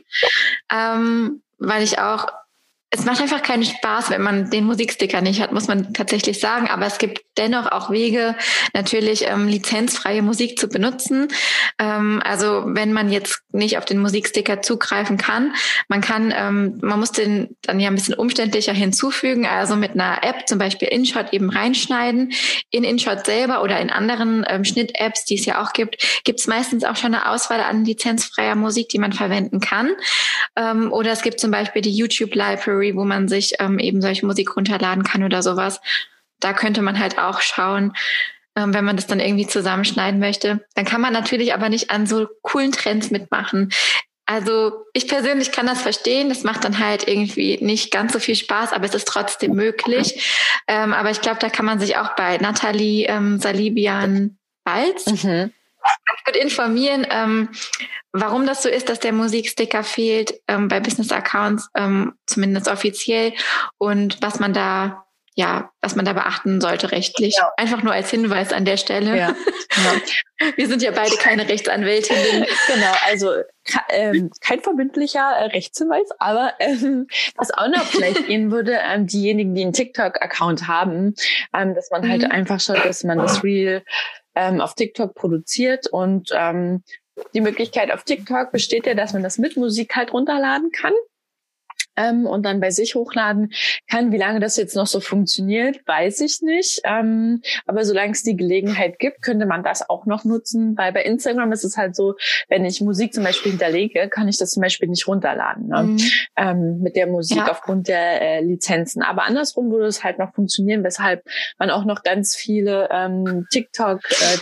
ähm, weil ich auch es macht einfach keinen Spaß, wenn man den Musiksticker nicht hat, muss man tatsächlich sagen. Aber es gibt dennoch auch Wege, natürlich ähm, lizenzfreie Musik zu benutzen. Ähm, also wenn man jetzt nicht auf den Musiksticker zugreifen kann, man kann, ähm, man muss den dann ja ein bisschen umständlicher hinzufügen. Also mit einer App, zum Beispiel InShot, eben reinschneiden. In InShot selber oder in anderen ähm, Schnitt-Apps, die es ja auch gibt, gibt es meistens auch schon eine Auswahl an lizenzfreier Musik, die man verwenden kann. Ähm, oder es gibt zum Beispiel die YouTube Library, wo man sich ähm, eben solche Musik runterladen kann oder sowas. Da könnte man halt auch schauen, ähm, wenn man das dann irgendwie zusammenschneiden möchte. Dann kann man natürlich aber nicht an so coolen Trends mitmachen. Also ich persönlich kann das verstehen. Das macht dann halt irgendwie nicht ganz so viel Spaß, aber es ist trotzdem möglich. Ähm, aber ich glaube, da kann man sich auch bei Nathalie ähm, Salibian-Balz mhm. ganz gut informieren, ähm, warum das so ist, dass der Musiksticker fehlt ähm, bei Business-Accounts, ähm, zumindest offiziell, und was man da, ja, was man da beachten sollte rechtlich. Ja. Einfach nur als Hinweis an der Stelle. Ja. Ja. Wir sind ja beide keine Rechtsanwältinnen. Genau, also ähm, kein verbindlicher äh, Rechtshinweis, aber ähm, was auch noch vielleicht gehen würde, ähm, diejenigen, die einen TikTok-Account haben, ähm, dass man mhm. halt einfach schaut, dass man das Reel ähm, auf TikTok produziert und ähm, die Möglichkeit auf TikTok besteht ja, dass man das mit Musik halt runterladen kann. Ähm, und dann bei sich hochladen kann. Wie lange das jetzt noch so funktioniert, weiß ich nicht. Ähm, aber solange es die Gelegenheit gibt, könnte man das auch noch nutzen, weil bei Instagram ist es halt so, wenn ich Musik zum Beispiel hinterlege, kann ich das zum Beispiel nicht runterladen, ne? Mhm. Ähm, mit der Musik ja. aufgrund der äh, Lizenzen. Aber andersrum würde es halt noch funktionieren, weshalb man auch noch ganz viele ähm, TikTok, äh,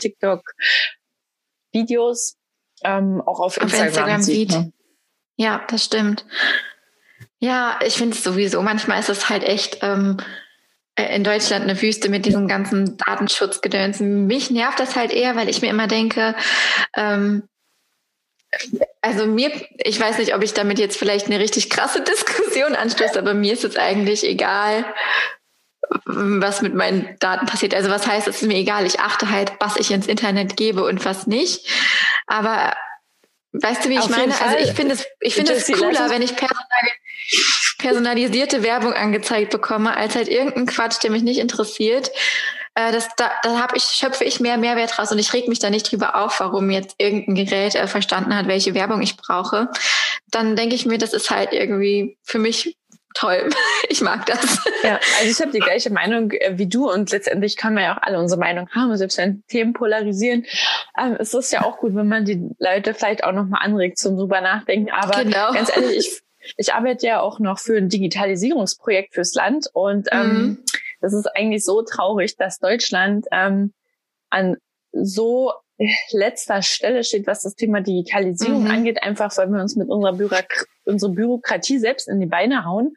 TikTok-Videos ähm, auch auf, auf Instagram, Instagram sieht. Ne? Ja, das stimmt. Ja, ich finde es sowieso, manchmal ist es halt echt ähm, in Deutschland eine Wüste mit diesem ganzen Datenschutzgedöns. Mich nervt das halt eher, weil ich mir immer denke, ähm, also mir, ich weiß nicht, ob ich damit jetzt vielleicht eine richtig krasse Diskussion anstoße, aber mir ist es eigentlich egal, was mit meinen Daten passiert. Also was heißt, es ist mir egal, ich achte halt, was ich ins Internet gebe und was nicht. Aber weißt du, wie ich Auf meine? Also ich finde es, ich finde es cooler, wenn ich personalisierte Werbung angezeigt bekomme, als halt irgendein Quatsch, der mich nicht interessiert. Äh, das, da, da hab ich, schöpfe ich mehr Mehrwert raus und ich reg mich da nicht drüber auf, warum jetzt irgendein Gerät äh, verstanden hat, welche Werbung ich brauche. Dann denke ich mir, das ist halt irgendwie für mich toll. Ich mag das. Ja, also ich habe die gleiche Meinung äh, wie du und letztendlich können wir ja auch alle unsere Meinung haben, selbst wenn Themen polarisieren. Ähm, es ist ja auch gut, wenn man die Leute vielleicht auch nochmal anregt zum drüber nachdenken. Aber genau. ganz ehrlich, ich, ich arbeite ja auch noch für ein Digitalisierungsprojekt fürs Land und ähm, mhm. das ist eigentlich so traurig, dass Deutschland ähm, an so letzter Stelle steht, was das Thema Digitalisierung mhm. angeht, einfach weil wir uns mit unserer, Bürok- unserer Bürokratie selbst in die Beine hauen.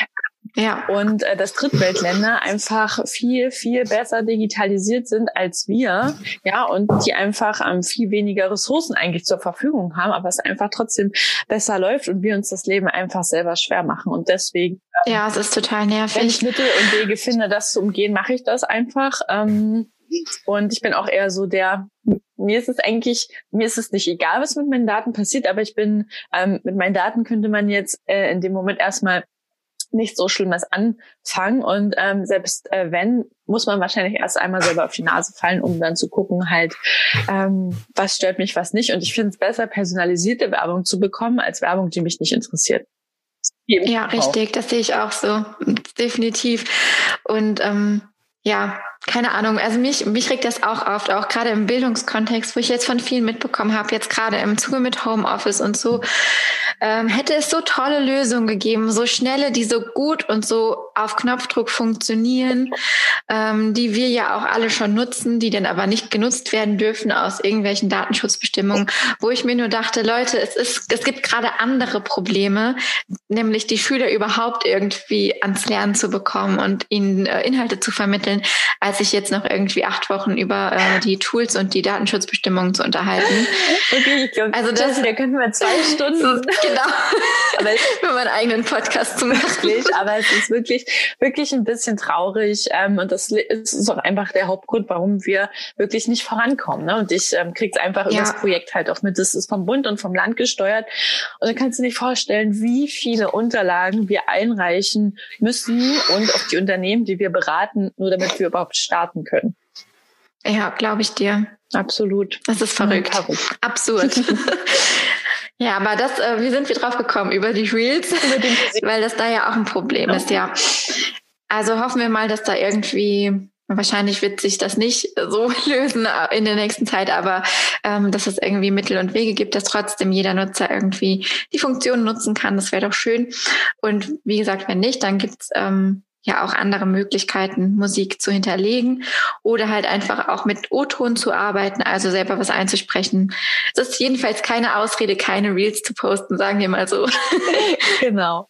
Ja. Und äh, dass Drittweltländer einfach viel, viel besser digitalisiert sind als wir, ja, und die einfach ähm, viel weniger Ressourcen eigentlich zur Verfügung haben, aber es einfach trotzdem besser läuft und wir uns das Leben einfach selber schwer machen. Und deswegen, ähm, ja, es ist total nervig. Wenn ich Mittel und Wege finde, das zu umgehen, mache ich das einfach. Ähm, und ich bin auch eher so der, mir ist es eigentlich, mir ist es nicht egal, was mit meinen Daten passiert, aber ich bin, ähm, mit meinen Daten könnte man jetzt äh, in dem Moment erstmal nicht so Schlimmes anfangen und ähm, selbst äh, wenn, muss man wahrscheinlich erst einmal selber auf die Nase fallen, um dann zu gucken halt, ähm, was stört mich, was nicht. Und ich finde es besser, personalisierte Werbung zu bekommen, als Werbung, die mich nicht interessiert. Ja, richtig, das sehe ich auch so, definitiv. Und ähm, ja, keine Ahnung, also mich, mich regt das auch auf, auch gerade im Bildungskontext, wo ich jetzt von vielen mitbekommen habe, jetzt gerade im Zuge mit Homeoffice und so, ähm, hätte es so tolle Lösungen gegeben, so schnelle, die so gut und so auf Knopfdruck funktionieren, ähm, die wir ja auch alle schon nutzen, die dann aber nicht genutzt werden dürfen aus irgendwelchen Datenschutzbestimmungen, wo ich mir nur dachte, Leute, es ist, es gibt gerade andere Probleme, nämlich die Schüler überhaupt irgendwie ans Lernen zu bekommen und ihnen äh, Inhalte zu vermitteln, als sich jetzt noch irgendwie acht Wochen über äh, die Tools und die Datenschutzbestimmungen zu unterhalten. Okay, ich glaube, also das, da könnten wir zwei Stunden. Genau. Aber für meinen eigenen Podcast zu machen. Aber es ist wirklich, wirklich ein bisschen traurig. Ähm, und das ist auch einfach der Hauptgrund, warum wir wirklich nicht vorankommen. Ne? Und ich ähm, krieg's einfach ja. über das Projekt halt auch mit. Das ist vom Bund und vom Land gesteuert. Und du kannst dir nicht vorstellen, wie viele Unterlagen wir einreichen müssen und auch die Unternehmen, die wir beraten, nur damit wir überhaupt starten können. Ja, glaube ich dir. Absolut. Das ist verrückt. Ja, absurd. Ja, aber das, äh, wie sind wir drauf gekommen? Über die Reels? Über die weil das da ja auch ein Problem ja. ist, ja. Also hoffen wir mal, dass da irgendwie, wahrscheinlich wird sich das nicht so lösen in der nächsten Zeit, aber ähm, dass es irgendwie Mittel und Wege gibt, dass trotzdem jeder Nutzer irgendwie die Funktion nutzen kann. Das wäre doch schön. Und wie gesagt, wenn nicht, dann gibt's ähm, ja auch andere Möglichkeiten, Musik zu hinterlegen oder halt einfach auch mit O-Ton zu arbeiten, also selber was einzusprechen. Es ist jedenfalls keine Ausrede, keine Reels zu posten, sagen wir mal so. Genau.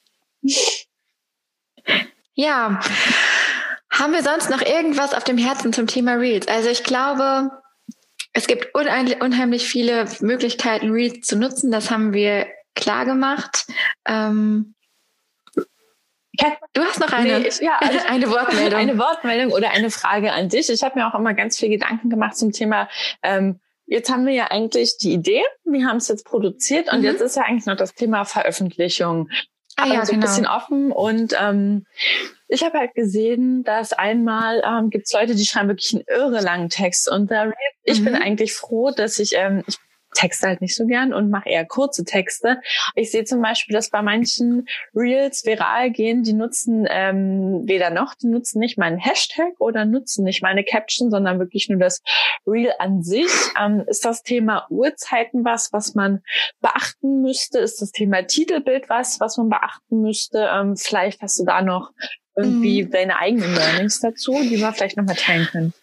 Ja, haben wir sonst noch irgendwas auf dem Herzen zum Thema Reels? Also ich glaube, es gibt unheimlich viele Möglichkeiten, Reels zu nutzen. Das haben wir klar gemacht. Ähm, Du hast noch eine, nee, ich, ja, also eine Wortmeldung. Eine Wortmeldung oder eine Frage an dich. Ich habe mir auch immer ganz viel Gedanken gemacht zum Thema, ähm, jetzt haben wir ja eigentlich die Idee, wir haben es jetzt produziert und mhm. jetzt ist ja eigentlich noch das Thema Veröffentlichung. Ah, ja, so ein genau. bisschen offen und ähm, ich habe halt gesehen, dass einmal ähm, gibt es Leute, die schreiben wirklich einen irre langen Text und äh, ich mhm. bin eigentlich froh, dass ich, ähm, ich texte halt nicht so gern und mache eher kurze Texte. Ich sehe zum Beispiel, dass bei manchen Reels viral gehen, die nutzen ähm, weder noch, die nutzen nicht mal einen Hashtag oder nutzen nicht mal eine Caption, sondern wirklich nur das Reel an sich. Ähm, ist das Thema Uhrzeiten was, was man beachten müsste? Ist das Thema Titelbild was, was man beachten müsste? Ähm, vielleicht hast du da noch irgendwie mhm. deine eigenen Learnings dazu, die wir vielleicht nochmal teilen können.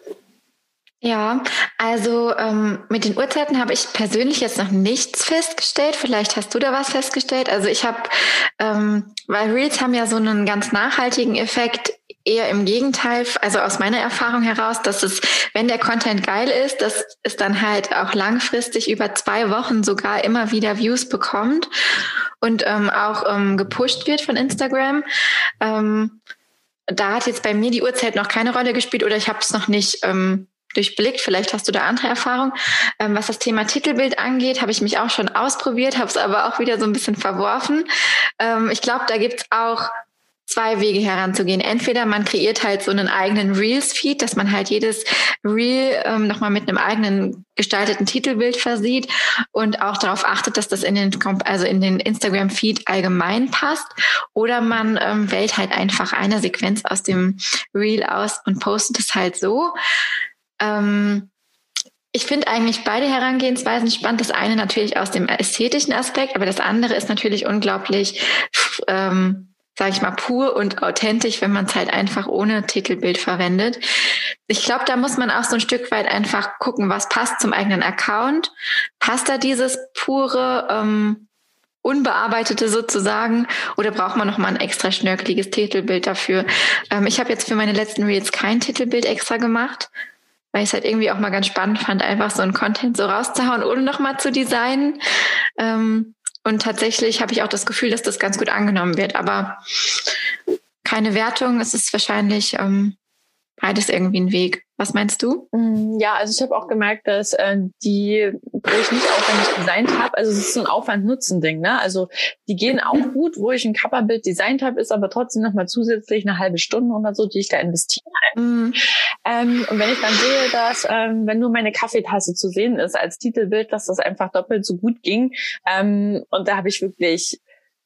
Ja, also ähm, mit den Uhrzeiten habe ich persönlich jetzt noch nichts festgestellt. Vielleicht hast du da was festgestellt. Also ich habe, ähm, weil Reels haben ja so einen ganz nachhaltigen Effekt, eher im Gegenteil, also aus meiner Erfahrung heraus, dass es, wenn der Content geil ist, dass es dann halt auch langfristig über zwei Wochen sogar immer wieder Views bekommt und ähm, auch ähm, gepusht wird von Instagram. Ähm, da hat jetzt bei mir die Uhrzeit noch keine Rolle gespielt oder ich habe es noch nicht ähm, durchblickt. Vielleicht hast du da andere Erfahrungen. Ähm, was das Thema Titelbild angeht, habe ich mich auch schon ausprobiert, habe es aber auch wieder so ein bisschen verworfen. Ähm, ich glaube, da gibt's auch zwei Wege heranzugehen. Entweder man kreiert halt so einen eigenen Reels-Feed, dass man halt jedes Reel ähm, nochmal mit einem eigenen gestalteten Titelbild versieht und auch darauf achtet, dass das in den, also in den Instagram-Feed allgemein passt. Oder man ähm, wählt halt einfach eine Sequenz aus dem Reel aus und postet es halt so. Ähm, ich finde eigentlich beide Herangehensweisen spannend. Das eine natürlich aus dem ästhetischen Aspekt, aber das andere ist natürlich unglaublich ähm, sage ich mal, pur und authentisch, wenn man es halt einfach ohne Titelbild verwendet. Ich glaube, da muss man auch so ein Stück weit einfach gucken, was passt zum eigenen Account. Passt da dieses pure, ähm, unbearbeitete sozusagen oder braucht man nochmal ein extra schnörkeliges Titelbild dafür? Ähm, ich habe jetzt für meine letzten Reels kein Titelbild extra gemacht, weil ich es halt irgendwie auch mal ganz spannend fand, einfach so einen Content so rauszuhauen, ohne nochmal zu designen. Ähm, Und tatsächlich habe ich auch das Gefühl, dass das ganz gut angenommen wird. Aber keine Wertung, es ist wahrscheinlich ähm, beides irgendwie ein Weg. Was meinst du? Ja, also ich habe auch gemerkt, dass äh, die, wo ich nicht aufwendig designt habe, also es ist so ein Aufwand-Nutzen-Ding, ne? Also die gehen auch gut, wo ich ein Coverbild designt habe, ist aber trotzdem nochmal zusätzlich eine halbe Stunde oder so, die ich da investiere. Mhm. Ähm, und wenn ich dann sehe, dass ähm, wenn nur meine Kaffeetasse zu sehen ist als Titelbild, dass das einfach doppelt so gut ging, ähm, und da habe ich wirklich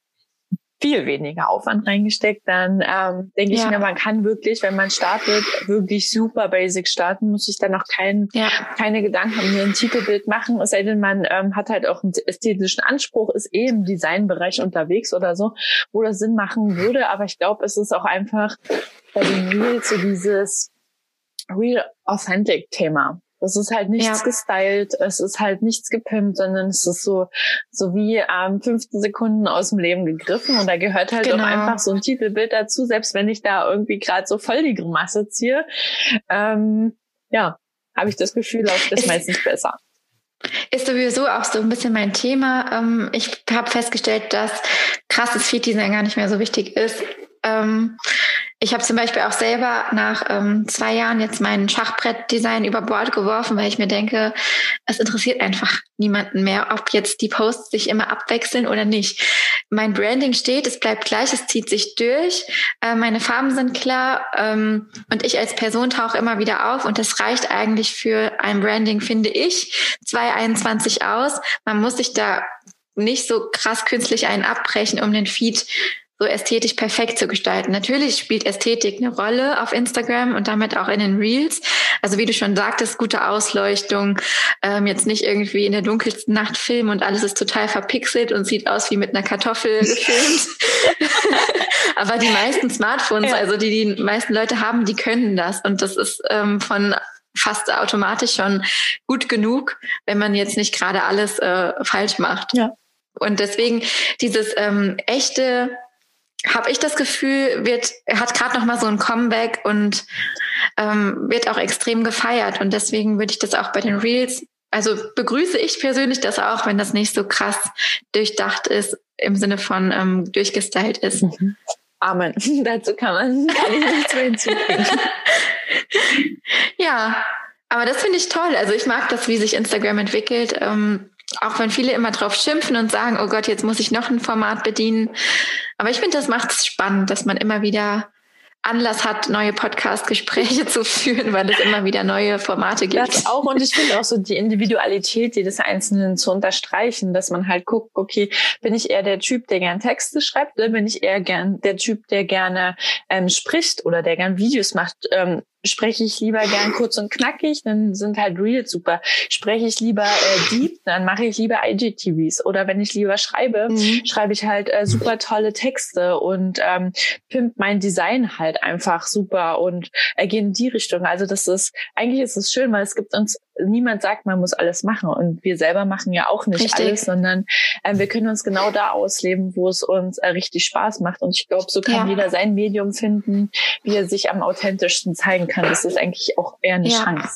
viel weniger Aufwand reingesteckt, dann ähm, denke ja. ich mir, man kann wirklich, wenn man startet, wirklich super basic starten, muss ich dann auch kein, ja. keine Gedanken um mir ein Titelbild machen, es sei denn, man ähm, hat halt auch einen ästhetischen Anspruch, ist eh im Designbereich unterwegs oder so, wo das Sinn machen würde, aber ich glaube, es ist auch einfach bei den Reels so dieses Real Authentic Thema. Das ist halt nichts ja. gestylt, es ist halt nichts gepimpt, sondern es ist so so wie ähm, fünfzehn Sekunden aus dem Leben gegriffen und da gehört halt genau. auch einfach so ein Titelbild dazu, selbst wenn ich da irgendwie gerade so voll die Grimasse ziehe. Ähm, ja, habe ich das Gefühl, läuft das ist, meistens besser. Ist sowieso auch so ein bisschen mein Thema. Ich habe festgestellt, dass krasses Feed-Design gar nicht mehr so wichtig ist. Ich habe zum Beispiel auch selber nach ähm, zwei Jahren jetzt mein Schachbrettdesign über Bord geworfen, weil ich mir denke, es interessiert einfach niemanden mehr, ob jetzt die Posts sich immer abwechseln oder nicht. Mein Branding steht, es bleibt gleich, es zieht sich durch, äh, meine Farben sind klar ähm, und ich als Person tauche immer wieder auf und das reicht eigentlich für ein Branding, finde ich, zwanzig einundzwanzig aus. Man muss sich da nicht so krass künstlich einen abbrechen, um den Feed so ästhetisch perfekt zu gestalten. Natürlich spielt Ästhetik eine Rolle auf Instagram und damit auch in den Reels. Also wie du schon sagtest, gute Ausleuchtung, ähm, jetzt nicht irgendwie in der dunkelsten Nacht filmen und alles ist total verpixelt und sieht aus wie mit einer Kartoffel gefilmt. Aber die meisten Smartphones, ja. also die die meisten Leute haben, die können das und das ist ähm, von fast automatisch schon gut genug, wenn man jetzt nicht gerade alles äh, falsch macht. Ja. Und deswegen dieses ähm, echte habe ich das Gefühl, wird hat gerade noch mal so ein Comeback und ähm, wird auch extrem gefeiert. Und deswegen würde ich das auch bei den Reels, also begrüße ich persönlich das auch, wenn das nicht so krass durchdacht ist, im Sinne von ähm, durchgestylt ist. Mhm. Amen. Dazu kann man gar nichts mehr hinzufügen. Ja, aber das finde ich toll. Also ich mag das, wie sich Instagram entwickelt. Ähm, Auch wenn viele immer drauf schimpfen und sagen, oh Gott, jetzt muss ich noch ein Format bedienen. Aber ich finde, das macht es spannend, dass man immer wieder Anlass hat, neue Podcast-Gespräche zu führen, weil es immer wieder neue Formate gibt. Das auch, und ich finde auch so die Individualität jedes Einzelnen zu unterstreichen, dass man halt guckt, okay, bin ich eher der Typ, der gern Texte schreibt, oder bin ich eher gern der Typ, der gerne ähm, spricht oder der gern Videos macht? Ähm, Spreche ich lieber gern kurz und knackig, dann sind halt Reels super. Spreche ich lieber äh, deep, dann mache ich lieber I G T Vs. Oder wenn ich lieber schreibe, mhm. schreibe ich halt äh, super tolle Texte und ähm, pimpt mein Design halt einfach super und äh, gehe in die Richtung. Also das ist, eigentlich ist es schön, weil es gibt uns, niemand sagt, man muss alles machen, und wir selber machen ja auch nicht Richtig. alles, sondern äh, wir können uns genau da ausleben, wo es uns äh, richtig Spaß macht. Und ich glaube, so kann ja. jeder sein Medium finden, wie er sich am authentischsten zeigen kann. Das ist eigentlich auch eher eine ja. Chance.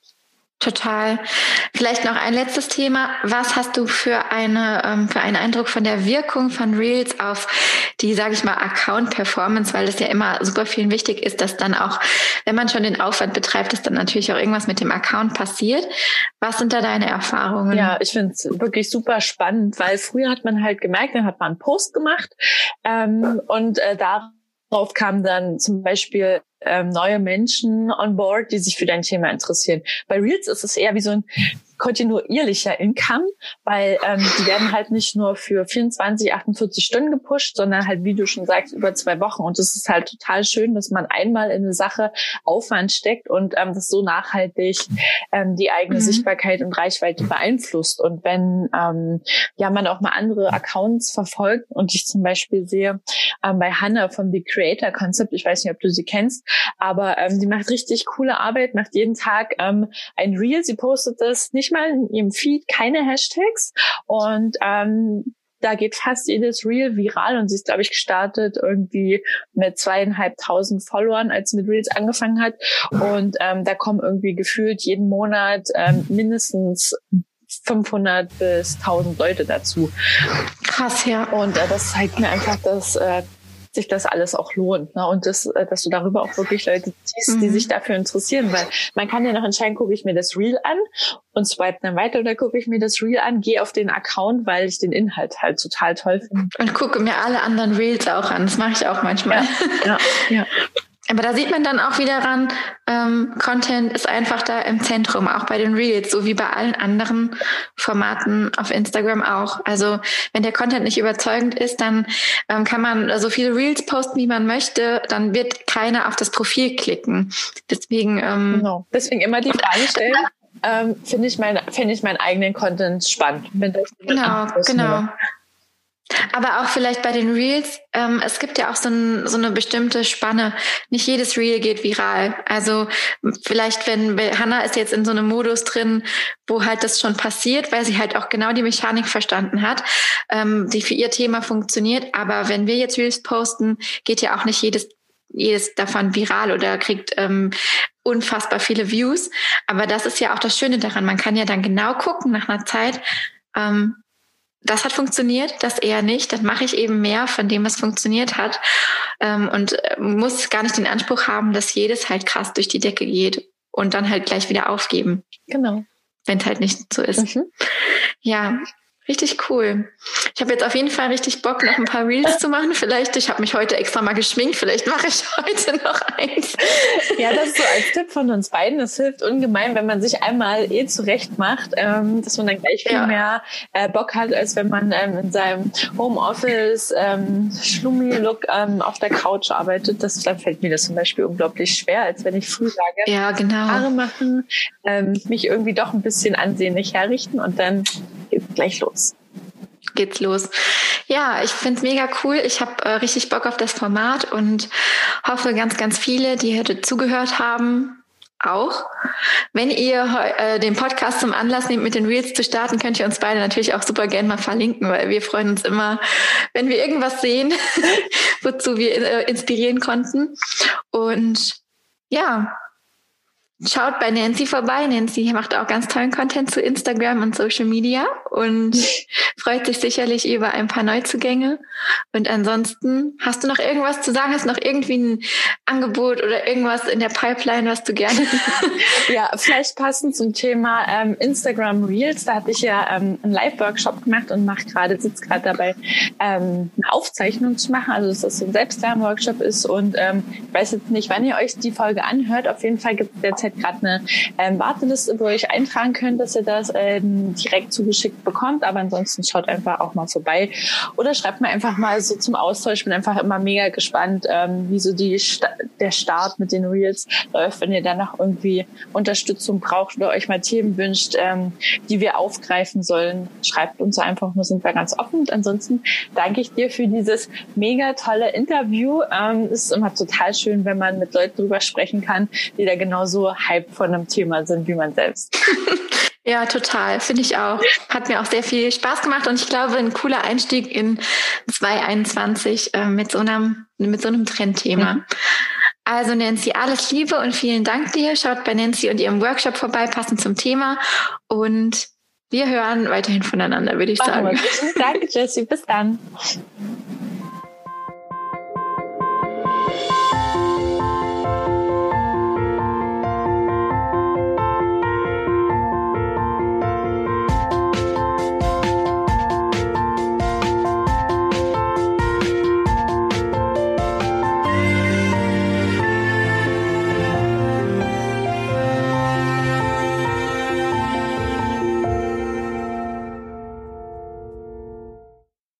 Total. Vielleicht noch ein letztes Thema. Was hast du für eine ähm, für einen Eindruck von der Wirkung von Reels auf die, sage ich mal, Account-Performance, weil es ja immer super vielen wichtig ist, dass dann auch, wenn man schon den Aufwand betreibt, dass dann natürlich auch irgendwas mit dem Account passiert. Was sind da deine Erfahrungen? Ja, ich finde es wirklich super spannend, weil früher hat man halt gemerkt, dann hat man einen Post gemacht ähm, und äh, darauf kamen dann zum Beispiel ähm, neue Menschen on board, die sich für dein Thema interessieren. Bei Reels ist es eher wie so ein kontinuierlicher Income, weil ähm, die werden halt nicht nur für vierundzwanzig, achtundvierzig Stunden gepusht, sondern halt, wie du schon sagst, über zwei Wochen. Und es ist halt total schön, dass man einmal in eine Sache Aufwand steckt und ähm, das so nachhaltig ähm, die eigene mhm. Sichtbarkeit und Reichweite beeinflusst. Und wenn ähm, ja man auch mal andere Accounts verfolgt, und ich zum Beispiel sehe ähm, bei Hannah von The Creator Concept, ich weiß nicht, ob du sie kennst, aber ähm, die macht richtig coole Arbeit, macht jeden Tag ähm, ein Reel, sie postet das nicht mal in ihrem Feed, keine Hashtags, und ähm, da geht fast jedes Reel viral, und sie ist, glaube ich, gestartet irgendwie mit zweieinhalbtausend Followern, als sie mit Reels angefangen hat, und ähm, da kommen irgendwie gefühlt jeden Monat ähm, mindestens fünfhundert bis tausend Leute dazu. Krass, ja. Und äh, das zeigt mir einfach, dass äh, sich das alles auch lohnt, ne? Und das, dass du darüber auch wirklich Leute ziehst, mhm. die sich dafür interessieren, weil man kann ja noch entscheiden, gucke ich mir das Reel an und swipe dann weiter, oder gucke ich mir das Reel an, gehe auf den Account, weil ich den Inhalt halt total toll finde. Und gucke mir alle anderen Reels auch an, das mache ich auch manchmal. Ja, ja, ja. Aber da sieht man dann auch wieder ran, ähm, Content ist einfach da im Zentrum, auch bei den Reels, so wie bei allen anderen Formaten auf Instagram auch. Also wenn der Content nicht überzeugend ist, dann ähm, kann man so viele Reels posten, wie man möchte, dann wird keiner auf das Profil klicken. Deswegen ähm, genau. Deswegen immer die Frage stellen, ähm, finde ich, mein, finde ich meinen eigenen Content spannend. Wenn das genau, genau. Nur. Aber auch vielleicht bei den Reels, ähm, es gibt ja auch so, ein, so eine bestimmte Spanne. Nicht jedes Reel geht viral. Also vielleicht, wenn Hannah ist jetzt in so einem Modus drin, wo halt das schon passiert, weil sie halt auch genau die Mechanik verstanden hat, ähm, die für ihr Thema funktioniert. Aber wenn wir jetzt Reels posten, geht ja auch nicht jedes jedes davon viral oder kriegt ähm, unfassbar viele Views. Aber das ist ja auch das Schöne daran. Man kann ja dann genau gucken nach einer Zeit, ähm, das hat funktioniert, das eher nicht. Dann mache ich eben mehr von dem, was funktioniert hat, ähm, und muss gar nicht den Anspruch haben, dass jedes halt krass durch die Decke geht und dann halt gleich wieder aufgeben. Genau. Wenn es halt nicht so ist. Mhm. Ja, richtig cool. Ich habe jetzt auf jeden Fall richtig Bock, noch ein paar Reels zu machen. Vielleicht, ich habe mich heute extra mal geschminkt, vielleicht mache ich heute noch eins. Ja, das ist so als Tipp von uns beiden. Das hilft ungemein, wenn man sich einmal eh zurecht macht, ähm, dass man dann gleich viel ja. mehr äh, Bock hat, als wenn man ähm, in seinem Homeoffice ähm, Schlummi-Look ähm, auf der Couch arbeitet. Das, dann fällt mir das zum Beispiel unglaublich schwer, als wenn ich früh sage, ja, genau. Haare machen, ähm, mich irgendwie doch ein bisschen ansehnlich herrichten, und dann geht's gleich los. Geht's los. Ja, ich find's mega cool. Ich habe äh, richtig Bock auf das Format und hoffe, ganz, ganz viele, die heute zugehört haben, auch. Wenn ihr äh, den Podcast zum Anlass nehmt, mit den Reels zu starten, könnt ihr uns beide natürlich auch super gerne mal verlinken, weil wir freuen uns immer, wenn wir irgendwas sehen, wozu wir äh, inspirieren konnten. Und ja, schaut bei Nancy vorbei. Nancy macht auch ganz tollen Content zu Instagram und Social Media und freut sich sicherlich über ein paar Neuzugänge. Und ansonsten, hast du noch irgendwas zu sagen? Hast du noch irgendwie ein Angebot oder irgendwas in der Pipeline, was du gerne... Ja, vielleicht passend zum Thema ähm, Instagram Reels. Da hatte ich ja ähm, einen Live-Workshop gemacht und mache gerade, sitze gerade dabei, ähm, eine Aufzeichnung zu machen. Also dass das so ein Selbstlern-Workshop ist. Und ähm, ich weiß jetzt nicht, wann ihr euch die Folge anhört. Auf jeden Fall gibt es derzeit gerade eine ähm, Warteliste, wo ihr euch eintragen könnt, dass ihr das ähm, direkt zugeschickt bekommt. Aber ansonsten schaut einfach auch mal vorbei oder schreibt mir einfach mal so zum Austausch. Ich bin einfach immer mega gespannt, ähm, wie so die Sta- der Start mit den Reels läuft, wenn ihr danach irgendwie Unterstützung braucht oder euch mal Themen wünscht, ähm, die wir aufgreifen sollen. Schreibt uns einfach, nur sind wir ganz offen. Und ansonsten danke ich dir für dieses mega tolle Interview. Ähm, es ist immer total schön, wenn man mit Leuten drüber sprechen kann, die da genauso hype von einem Thema sind wie man selbst. Ja, total. Finde ich auch. Hat mir auch sehr viel Spaß gemacht und ich glaube, ein cooler Einstieg in zwanzig einundzwanzig äh, mit so einem, mit so einem Trendthema. Mhm. Also Nancy, alles Liebe und vielen Dank dir. Schaut bei Nancy und ihrem Workshop vorbei, passend zum Thema. Und wir hören weiterhin voneinander, würde ich sagen. Danke, Jessie. Bis dann.